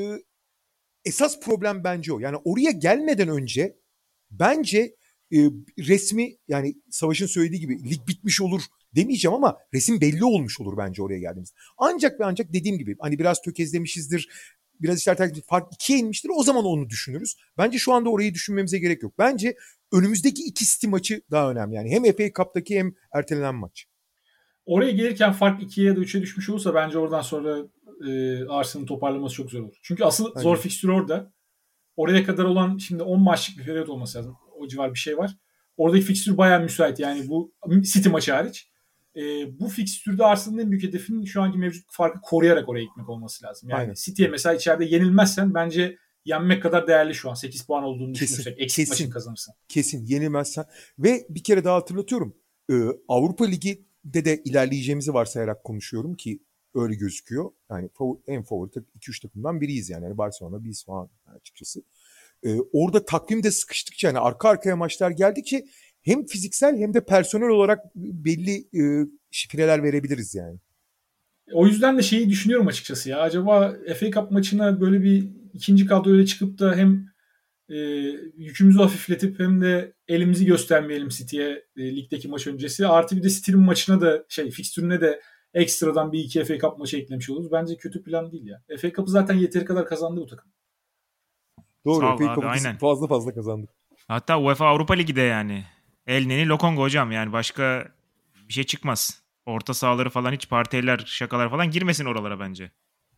esas problem bence o. Yani oraya gelmeden önce bence resmi, yani Savaş'ın söylediği gibi lig bitmiş olur demeyeceğim ama resim belli olmuş olur bence oraya geldiğimizde. Ancak ve ancak dediğim gibi hani biraz tökezlemişizdir, biraz işler fark 2'ye inmiştir, o zaman onu düşünürüz. Bence şu anda orayı düşünmemize gerek yok. Bence önümüzdeki iki City maçı daha önemli. Yani hem FA Cup'taki hem ertelenen maç. Oraya gelirken fark 2'ye ya da 3'e düşmüş olursa bence oradan sonra Arsenal'ın toparlaması çok zor olur. Çünkü asıl zor fikstür orada. Oraya kadar olan şimdi 10 maçlık bir periyot olması lazım. O civar bir şey var. Oradaki fikstür bayağı müsait. Yani bu City maçı hariç. Bu fikstürde Arsenal'ın en büyük hedefinin şu anki mevcut farkı koruyarak oraya gitmek olması lazım. Yani City'ye mesela içeride yenilmezsen bence yenmek kadar değerli şu an. 8 puan olduğunu düşünürsek. Eksik maçın kazanırsan. Kesin yenilmezsen. Ve bir kere daha hatırlatıyorum. Avrupa Ligi'de de ilerleyeceğimizi varsayarak konuşuyorum ki öyle gözüküyor. Yani en favori 2-3 takımdan biriyiz yani. Barcelona, biz falan açıkçası. Orada takvimde sıkıştıkça, yani arka arkaya maçlar geldikçe hem fiziksel hem de personel olarak belli şifreler verebiliriz yani. O yüzden de şeyi düşünüyorum açıkçası ya. Acaba FA Cup maçına böyle bir ikinci kadroyla çıkıp da hem yükümüzü hafifletip hem de elimizi göstermeyelim City'ye ligdeki maç öncesi. Artı bir de City'nin maçına da fikstürüne de ekstradan bir iki FA Cup maçı eklemiş oluruz. Bence kötü plan değil ya. FA Cup'ı zaten yeteri kadar kazandı bu takım. Doğru. FA Cup'ı fazla kazandık. Hatta UEFA Avrupa Ligi'de yani. El Neni Lokonga hocam, yani başka bir şey çıkmaz. Orta sahaları falan hiç partiler, şakalar falan girmesin oralara bence.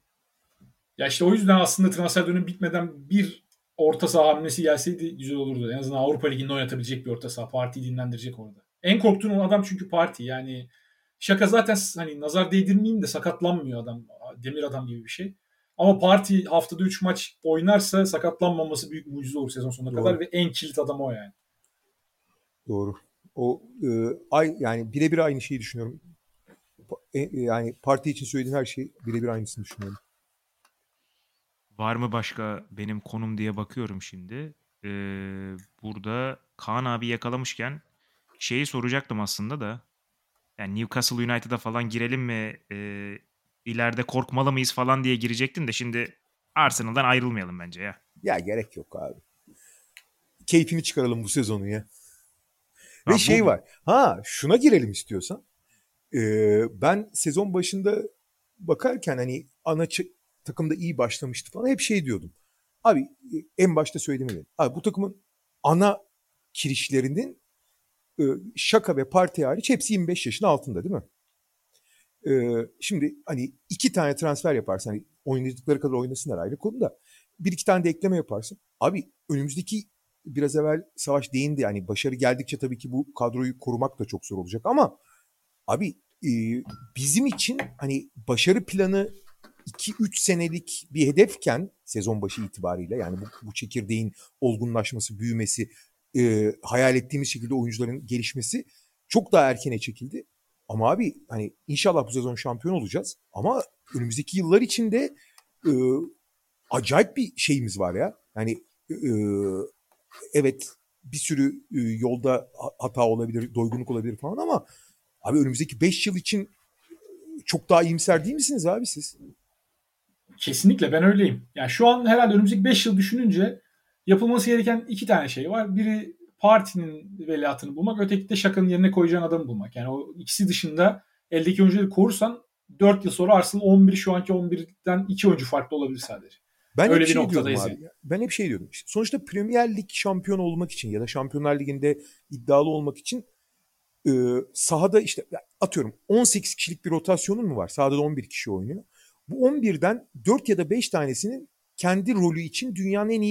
Ya işte o yüzden aslında transfer dönemi bitmeden bir orta saha hamlesi gelseydi güzel olurdu. En azından Avrupa Ligi'nde oynatabilecek bir orta saha. Partiyi dinlendirecek orada. En korktuğum adam çünkü Parti. Yani Şaka zaten hani nazar değdirmeyeyim de sakatlanmıyor adam. Demir adam gibi bir şey. Ama Parti haftada 3 maç oynarsa sakatlanmaması büyük mucize olur sezon sonuna kadar ve en kilit adam o yani. Doğru. O yani birebir aynı şeyi düşünüyorum. Yani Parti için söylediğin her şey birebir aynısını düşünüyorum. Var mı başka benim konum diye bakıyorum şimdi. Burada Kaan abi yakalamışken şeyi soracaktım aslında da. Yani Newcastle United'a falan girelim mi? İleride korkmalı mıyız falan diye girecektim de şimdi Arsenal'dan ayrılmayalım bence ya. Ya gerek yok abi. Keyfini çıkaralım bu sezonu ya. Ve var. Şuna girelim istiyorsan. Ben sezon başında bakarken hani takımda iyi başlamıştı falan, hep şey diyordum. Abi en başta söylediğim. Abi bu takımın ana kirişlerinin Şaka ve Partey hariç hepsi 25 yaşın altında değil mi? Şimdi hani 2 tane transfer yaparsın. Hani oynadıkları kadar oynasınlar, ayrı konu da. 1-2 tane de ekleme yaparsın. Abi önümüzdeki, biraz evvel Savaş değindi. Yani başarı geldikçe tabii ki bu kadroyu korumak da çok zor olacak ama abi bizim için hani başarı planı 2-3 senelik bir hedefken sezon başı itibariyle, yani bu çekirdeğin olgunlaşması, büyümesi, hayal ettiğimiz şekilde oyuncuların gelişmesi çok daha erkene çekildi. Ama abi hani inşallah bu sezon şampiyon olacağız. Ama önümüzdeki yıllar içinde acayip bir şeyimiz var ya. Yani evet, bir sürü yolda hata olabilir, doygunluk olabilir falan ama abi önümüzdeki 5 yıl için çok daha iyimser değil misiniz abi siz? Kesinlikle ben öyleyim. Yani şu an herhalde önümüzdeki 5 yıl düşününce yapılması gereken 2 tane şey var. Biri Parti'nin veliahtını bulmak, öteki de Şaka'nın yerine koyacağın adamı bulmak. Yani o ikisi dışında eldeki oyuncuları korursan 4 yıl sonra Arsenal 11 şu anki 11'den 2 oyuncu farklı olabilir sadece. Ben öyle hep bir noktadayız. Ben hep şey diyordum. Sonuçta Premier Lig şampiyon olmak için ya da Şampiyonlar Ligi'nde iddialı olmak için sahada işte atıyorum 18 kişilik bir rotasyonun mu var? Sahada da 11 kişi oynuyor. Bu 11'den 4 ya da 5 tanesinin kendi rolü için dünyanın en iyi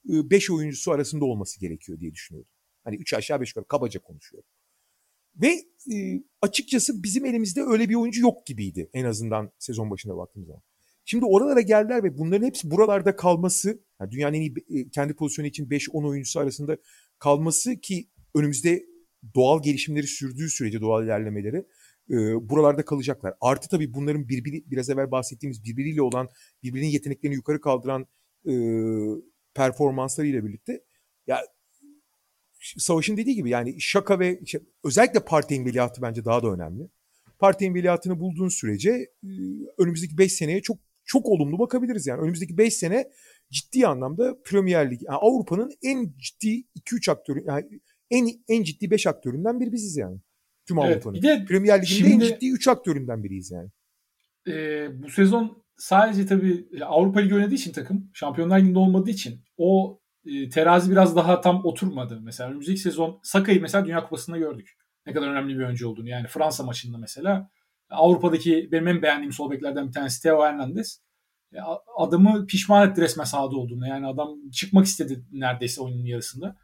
5 oyuncusu arasında olması gerekiyor diye düşünüyordum. Hani 3 aşağı 5 yukarı kabaca konuşuyorum. Ve açıkçası bizim elimizde öyle bir oyuncu yok gibiydi en azından sezon başına baktığımız zaman. Şimdi oralara geldiler ve bunların hepsi buralarda kalması, yani dünyanın en iyi kendi pozisyonu için 5-10 oyuncusu arasında kalması ki önümüzde doğal gelişimleri sürdüğü sürece doğal ilerlemeleri buralarda kalacaklar. Artı tabii bunların biraz evvel bahsettiğimiz birbiriyle olan, birbirinin yeteneklerini yukarı kaldıran performanslarıyla birlikte ya Savaş'ın dediği gibi yani şaka ve özellikle Partey'in veliahtı bence daha da önemli. Partey'in veliahtını bulduğun sürece önümüzdeki 5 seneye çok çok olumlu bakabiliriz yani. Önümüzdeki 5 sene ciddi anlamda Premier Lig, yani Avrupa'nın en ciddi 2-3 aktörü, yani en ciddi 5 aktöründen biri biziz yani. Tüm Avrupa'nın. Evet, Premier Lig'in en ciddi 3 aktöründen biriyiz yani. Bu sezon sadece tabii Avrupa Ligi oynadığı için takım, Şampiyonlar Ligi'nde olmadığı için o terazi biraz daha tam oturmadı. Mesela önümüzdeki sezon Saka'yı mesela Dünya Kupası'nda gördük. Ne kadar önemli bir oyuncu olduğunu. Yani Fransa maçında mesela Avrupa'daki benim en beğendiğim sol beklerden bir tanesi Theo Hernandez. Adamı pişman etti resmen sahada olduğunu. Yani adam çıkmak istedi neredeyse oyunun yarısında.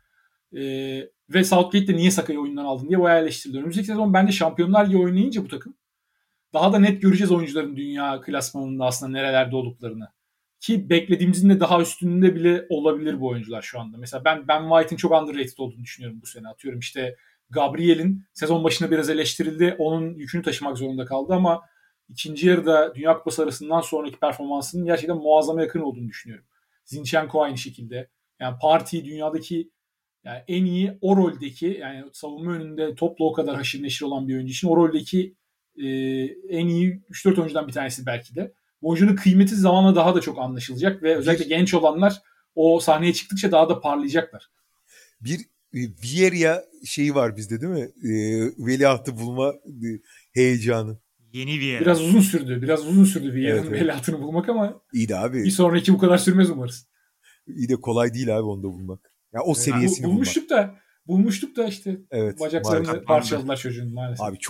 Ve Southgate de niye Saka'yı oyundan aldın diye bayağı eleştirildi. Önümüzdeki sezon bence Şampiyonlar Ligi oynayınca bu takım daha da net göreceğiz oyuncuların dünya klasmanında aslında nerelerde olduklarını. Ki beklediğimizin de daha üstünde bile olabilir bu oyuncular şu anda. Mesela Ben White'in çok underrated olduğunu düşünüyorum bu sene. Atıyorum işte Gabriel'in sezon başında biraz eleştirildi. Onun yükünü taşımak zorunda kaldı ama ikinci yarıda Dünya Kupası arasından sonraki performansının gerçekten muazzama yakın olduğunu düşünüyorum. Zinchenko aynı şekilde. Yani Partey dünyadaki yani en iyi o roldeki, yani savunma önünde topla o kadar haşır neşir olan bir oyuncu için o roldeki en iyi 3-4 oyuncudan bir tanesi belki de. Bu oyuncunun kıymeti zamanla daha da çok anlaşılacak ve özellikle genç olanlar o sahneye çıktıkça daha da parlayacaklar. Bir Vieira şeyi var bizde değil mi? Veliahtı bulma heyecanı. Yeni Vieira. Biraz uzun sürdü Vieira'nın veliahtını bulmak ama iyi de abi. Bir sonraki bu kadar sürmez umarız. İyi de kolay değil abi onu da bulmak. Ya o seviyesini bulmuştuk da işte bacaklarını maalesef parçaladılar çocuğun maalesef. Abi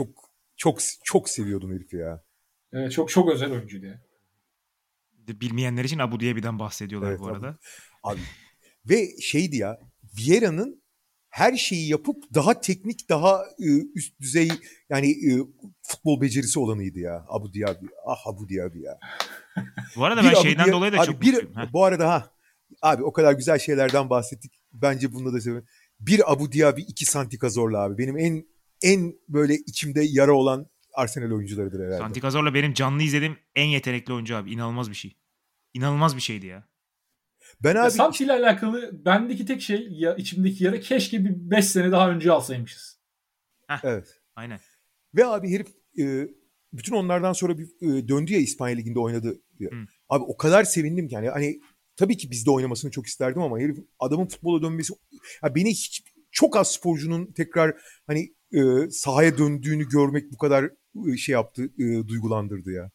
çok seviyordum herifi ya. Evet, çok özel oyuncuydu ya. Bilmeyenler için Abu Diaby'den bahsediyorlar bu arada. Abi ve şeydi ya, Vieira'nın her şeyi yapıp daha teknik, daha üst düzey yani futbol becerisi olanıydı ya Abu Diaby. Abu Diaby ya. Bu arada ben şeyden dolayı da çok mutluyum. Bu arada abi o kadar güzel şeylerden bahsettik. Bence bunda da seviyorum. Bir Abu Diaby, 2 Santi Cazorla abi. Benim en böyle içimde yara olan Arsenal oyuncularıdır herhalde. Santi Cazorla benim canlı izlediğim en yetenekli oyuncu abi. İnanılmaz bir şey. İnanılmaz bir şeydi ya. Ben abi Santi ile alakalı bendeki tek şey ya içimdeki yara, keşke bir 5 sene daha önce alsaymışız. Evet. Aynen. Ve abi herif bütün onlardan sonra bir döndü ya, İspanya Ligi'nde oynadı. Abi o kadar sevindim ki hani tabii ki bizde oynamasını çok isterdim ama herif, adamın futbola dönmesi beni çok az sporcunun tekrar hani sahaya döndüğünü görmek bu kadar şey yaptı, duygulandırdı ya.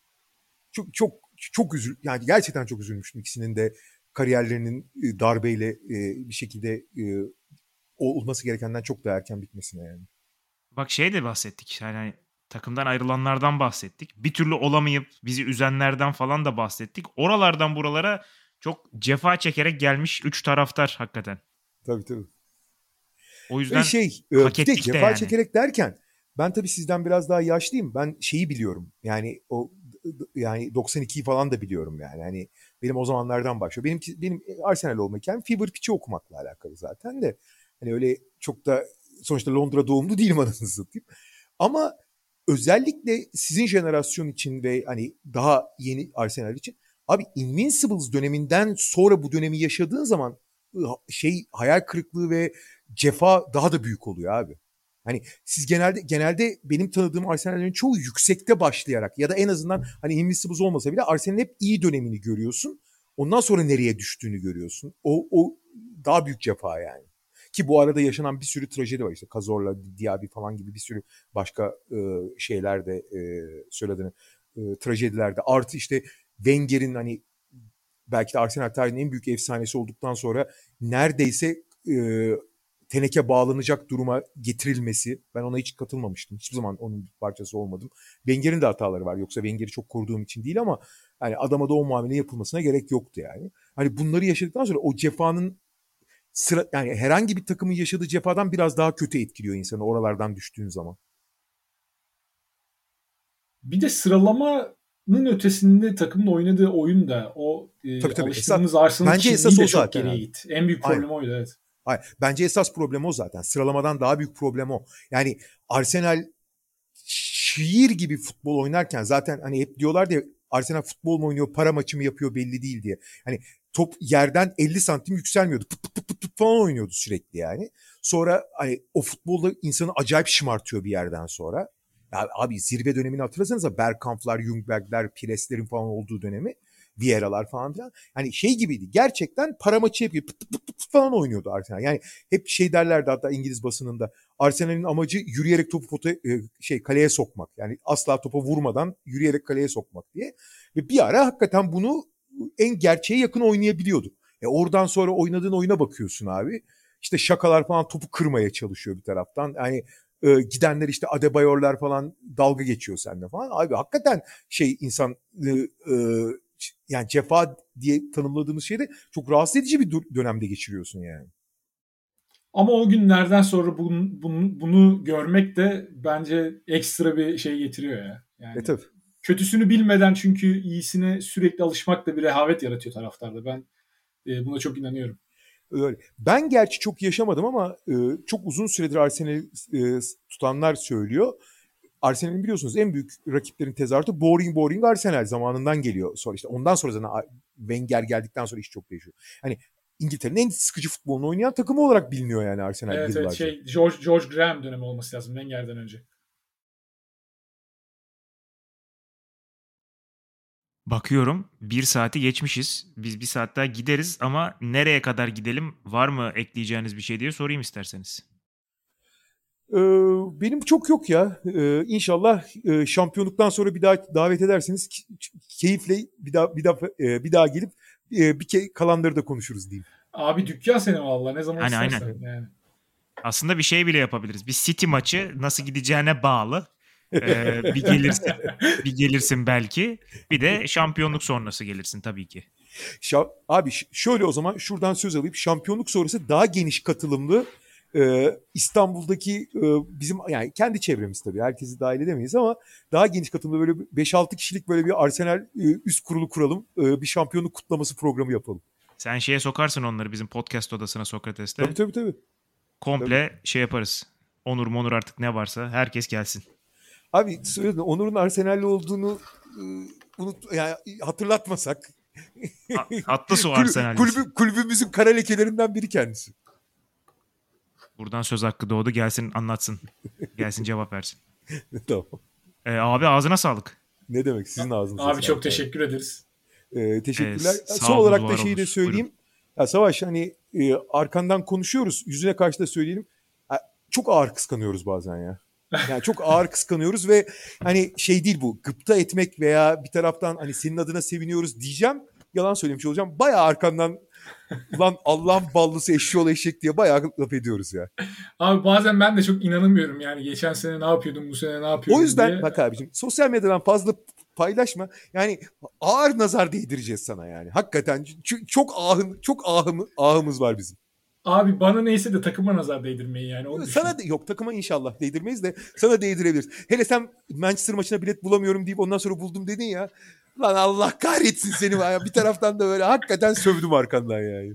Çok yani gerçekten çok üzülmüştüm ikisinin de kariyerlerinin darbeyle bir şekilde olması gerekenden çok daha erken bitmesine yani. Bak de bahsettik. Yani takımdan ayrılanlardan bahsettik. Bir türlü olamayıp bizi üzenlerden falan da bahsettik. Oralardan buralara çok cefa çekerek gelmiş 3 taraftar hakikaten. Tabii. O yüzden hak ettik de cefa yani. Çekerek derken ben tabii sizden biraz daha yaşlıyım. Ben şeyi biliyorum. Yani yani 92'yi falan da biliyorum yani. Hani benim o zamanlardan başlıyor. Benim Arsenal olma hikayem Fever Pitch'i okumakla alakalı zaten de. Hani öyle çok da sonuçta Londra doğumlu değilim anasını satayım. Ama özellikle sizin jenerasyon için ve hani daha yeni Arsenal için abi Invincibles döneminden sonra bu dönemi yaşadığın zaman hayal kırıklığı ve cefa daha da büyük oluyor abi. Hani siz genelde benim tanıdığım Arsenal'lerin çoğu yüksekte başlayarak ya da en azından hani Invincibles olmasa bile Arsenal'in hep iyi dönemini görüyorsun. Ondan sonra nereye düştüğünü görüyorsun. O daha büyük cefa yani. Ki bu arada yaşanan bir sürü trajedi var. İşte Cazorla, Diaby falan gibi bir sürü başka şeyler de söylediğini trajedilerde. Artı işte Wenger'in hani belki de Arsenal tarihinin en büyük efsanesi olduktan sonra neredeyse teneke bağlanacak duruma getirilmesi, ben ona hiç katılmamıştım. Hiçbir zaman onun bir parçası olmadım. Wenger'in de hataları var. Yoksa Wenger'i çok koruduğum için değil ama hani adama da o muamele yapılmasına gerek yoktu yani. Hani bunları yaşadıktan sonra o cefanın yani herhangi bir takımın yaşadığı cefadan biraz daha kötü etkiliyor insanı oralardan düştüğün zaman. Bir de sıralamanın ötesinde takımın oynadığı oyun da o Tabii. alıştığımız Arsenal Bence esas kimliği de o çok zaten geriye abi. gitti. En büyük problem oydu, evet. Hayır, bence esas problem o zaten. Sıralamadan daha büyük problem o. Yani Arsenal şiir gibi futbol oynarken zaten hani hep diyorlar ya Arsenal futbol mu oynuyor, para maçı mı yapıyor belli değil diye. Hani top yerden 50 santim yükselmiyordu. Pıt pıt pıt pıt pıt falan oynuyordu sürekli yani. Sonra hani o futbolda insanı acayip şımartıyor bir yerden sonra. Ya abi zirve dönemini hatırlasanıza Bergkamp'lar, Ljungberg'ler, Pires'lerin falan olduğu dönemi. Vieira'lar falan filan. Hani şey gibiydi. Gerçekten para maçı yapıyor. Pıt pıt pıt pıt falan oynuyordu Arsenal. Yani hep şey derlerdi hatta İngiliz basınında. Arsenal'in amacı yürüyerek topu kaleye sokmak. Yani asla topa vurmadan yürüyerek kaleye sokmak diye. Ve bir ara hakikaten bunu en gerçeğe yakın oynayabiliyordu. Oradan sonra oynadığın oyuna bakıyorsun abi. İşte şakalar falan topu kırmaya çalışıyor bir taraftan. Yani gidenler işte Adebayorlar falan dalga geçiyor seninle falan. Abi hakikaten insan yani cefa diye tanımladığımız şeyde çok rahatsız edici bir dönemde geçiriyorsun yani. Ama o günlerden sonra bunu görmek de bence ekstra bir şey getiriyor ya. Yani Tabii. kötüsünü bilmeden çünkü iyisine sürekli alışmak da bir rehavet yaratıyor taraftarda. Ben buna çok inanıyorum. Öyle. Ben gerçi çok yaşamadım ama çok uzun süredir Arsenal'i tutanlar söylüyor. Arsenal'in biliyorsunuz en büyük rakiplerin tezahüratı boring Arsenal zamanından geliyor. Sonra işte ondan sonra zaten Wenger geldikten sonra iş çok değişiyor. Hani İngiltere'nin en sıkıcı futbolunu oynayan takımı olarak biliniyor yani Arsenal yıllarca. Evet George Graham dönemi olması lazım Wenger'den önce. Bakıyorum 1 saati geçmişiz. Biz 1 saat daha gideriz ama nereye kadar gidelim? Var mı ekleyeceğiniz bir şey diye sorayım isterseniz. Benim çok yok ya. İnşallah şampiyonluktan sonra bir daha davet ederseniz keyifle bir daha gelip kalanları da konuşuruz diyeyim. Abi dükkan senin vallahi ne zaman Aynen. istersen yani. Aslında bir şey bile yapabiliriz. Bir City maçı nasıl gideceğine bağlı. Bir gelirsin belki. Bir de şampiyonluk sonrası gelirsin tabii ki. Abi şöyle o zaman şuradan söz alayım. Şampiyonluk sonrası daha geniş katılımlı İstanbul'daki bizim yani kendi çevremiz tabii herkesi dahil edemeyiz ama daha geniş katılımlı böyle 5-6 kişilik böyle bir Arsenal üst kurulu kuralım. Bir şampiyonluk kutlaması programı yapalım. Sen şeye sokarsın onları bizim podcast odasına Sokrates'te. Tabii. Komple şey yaparız. Onur artık ne varsa herkes gelsin. Abi söyledim Onur'un Arsenal'li olduğunu yani hatırlatmasak. Atlas o Arsenal'lisi. Kulübümüzün kara lekelerinden biri kendisi. Buradan söz hakkı doğdu. Gelsin anlatsın. Gelsin cevap versin. Tamam. Abi ağzına sağlık. Ne demek sizin ağzınıza sağlık. Abi çok teşekkür ederiz. Teşekkürler. Sağ Son olun, olarak da var şeyi de olun. söyleyeyim. Ya Savaş hani arkandan konuşuyoruz. Yüzüne karşı da söyleyelim. Çok ağır kıskanıyoruz bazen ya. Yani çok ağır kıskanıyoruz ve hani şey değil bu. Gıpta etmek veya bir taraftan hani senin adına seviniyoruz diyeceğim. Yalan söylemiş olacağım. Bayağı arkandan ulan Allah'ın ballısı eşşoğlu eşek diye bayağı laf ediyoruz ya. Abi bazen ben de çok inanamıyorum yani geçen sene ne yapıyordum bu sene ne yapıyordum O yüzden diye. bak abicim sosyal medyadan fazla paylaşma. Yani ağır nazar değdireceğiz sana yani. Hakikaten çok ahımız var bizim. Abi bana neyse de takıma nazar değdirmeyin yani. Onu Sana yok takıma inşallah değdirmeyiz de sana değdirebiliriz. Hele sen Manchester maçına bilet bulamıyorum deyip ondan sonra buldum dedin ya. Lan Allah kahretsin seni. Bir taraftan da böyle hakikaten sövdüm arkandan yani.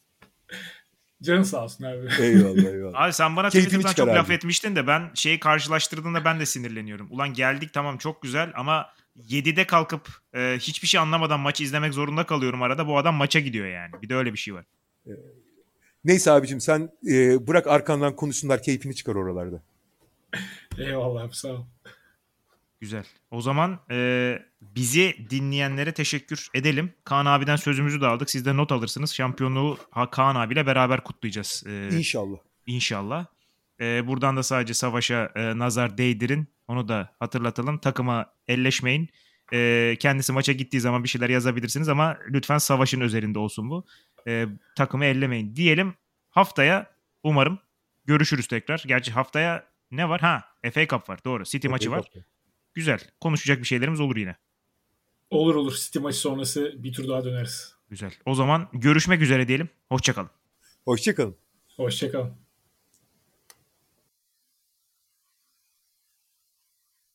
Canın sağ olsun abi. Eyvallah. Abi sen bana Keyfini Twitter'dan çıkar çok abi. laf etmiştin de ben şeyi karşılaştırdığında ben de sinirleniyorum. Ulan geldik tamam çok güzel ama 7'de kalkıp hiçbir şey anlamadan maçı izlemek zorunda kalıyorum arada. Bu adam maça gidiyor yani. Bir de öyle bir şey var. Neyse abicim sen bırak arkandan konuşsunlar keyfini çıkar oralarda. Eyvallah abi sağ ol. Güzel. O zaman bizi dinleyenlere teşekkür edelim. Kaan abiden sözümüzü de aldık. Siz de not alırsınız. Şampiyonluğu Kaan abiyle beraber kutlayacağız. İnşallah. İnşallah. Buradan da sadece Savaş'a nazar değdirin. Onu da hatırlatalım. Takıma elleşmeyin. Kendisi maça gittiği zaman bir şeyler yazabilirsiniz ama lütfen Savaş'ın özelinde olsun bu. Takımı ellemeyin diyelim. Haftaya umarım görüşürüz tekrar. Gerçi haftaya ne var? FA Cup var. Doğru. City maçı var. Güzel. Konuşacak bir şeylerimiz olur yine. Olur. City maçı sonrası bir tur daha döneriz. Güzel. O zaman görüşmek üzere diyelim. Hoşça kalın. Hoşçakalın. Hoşçakalın.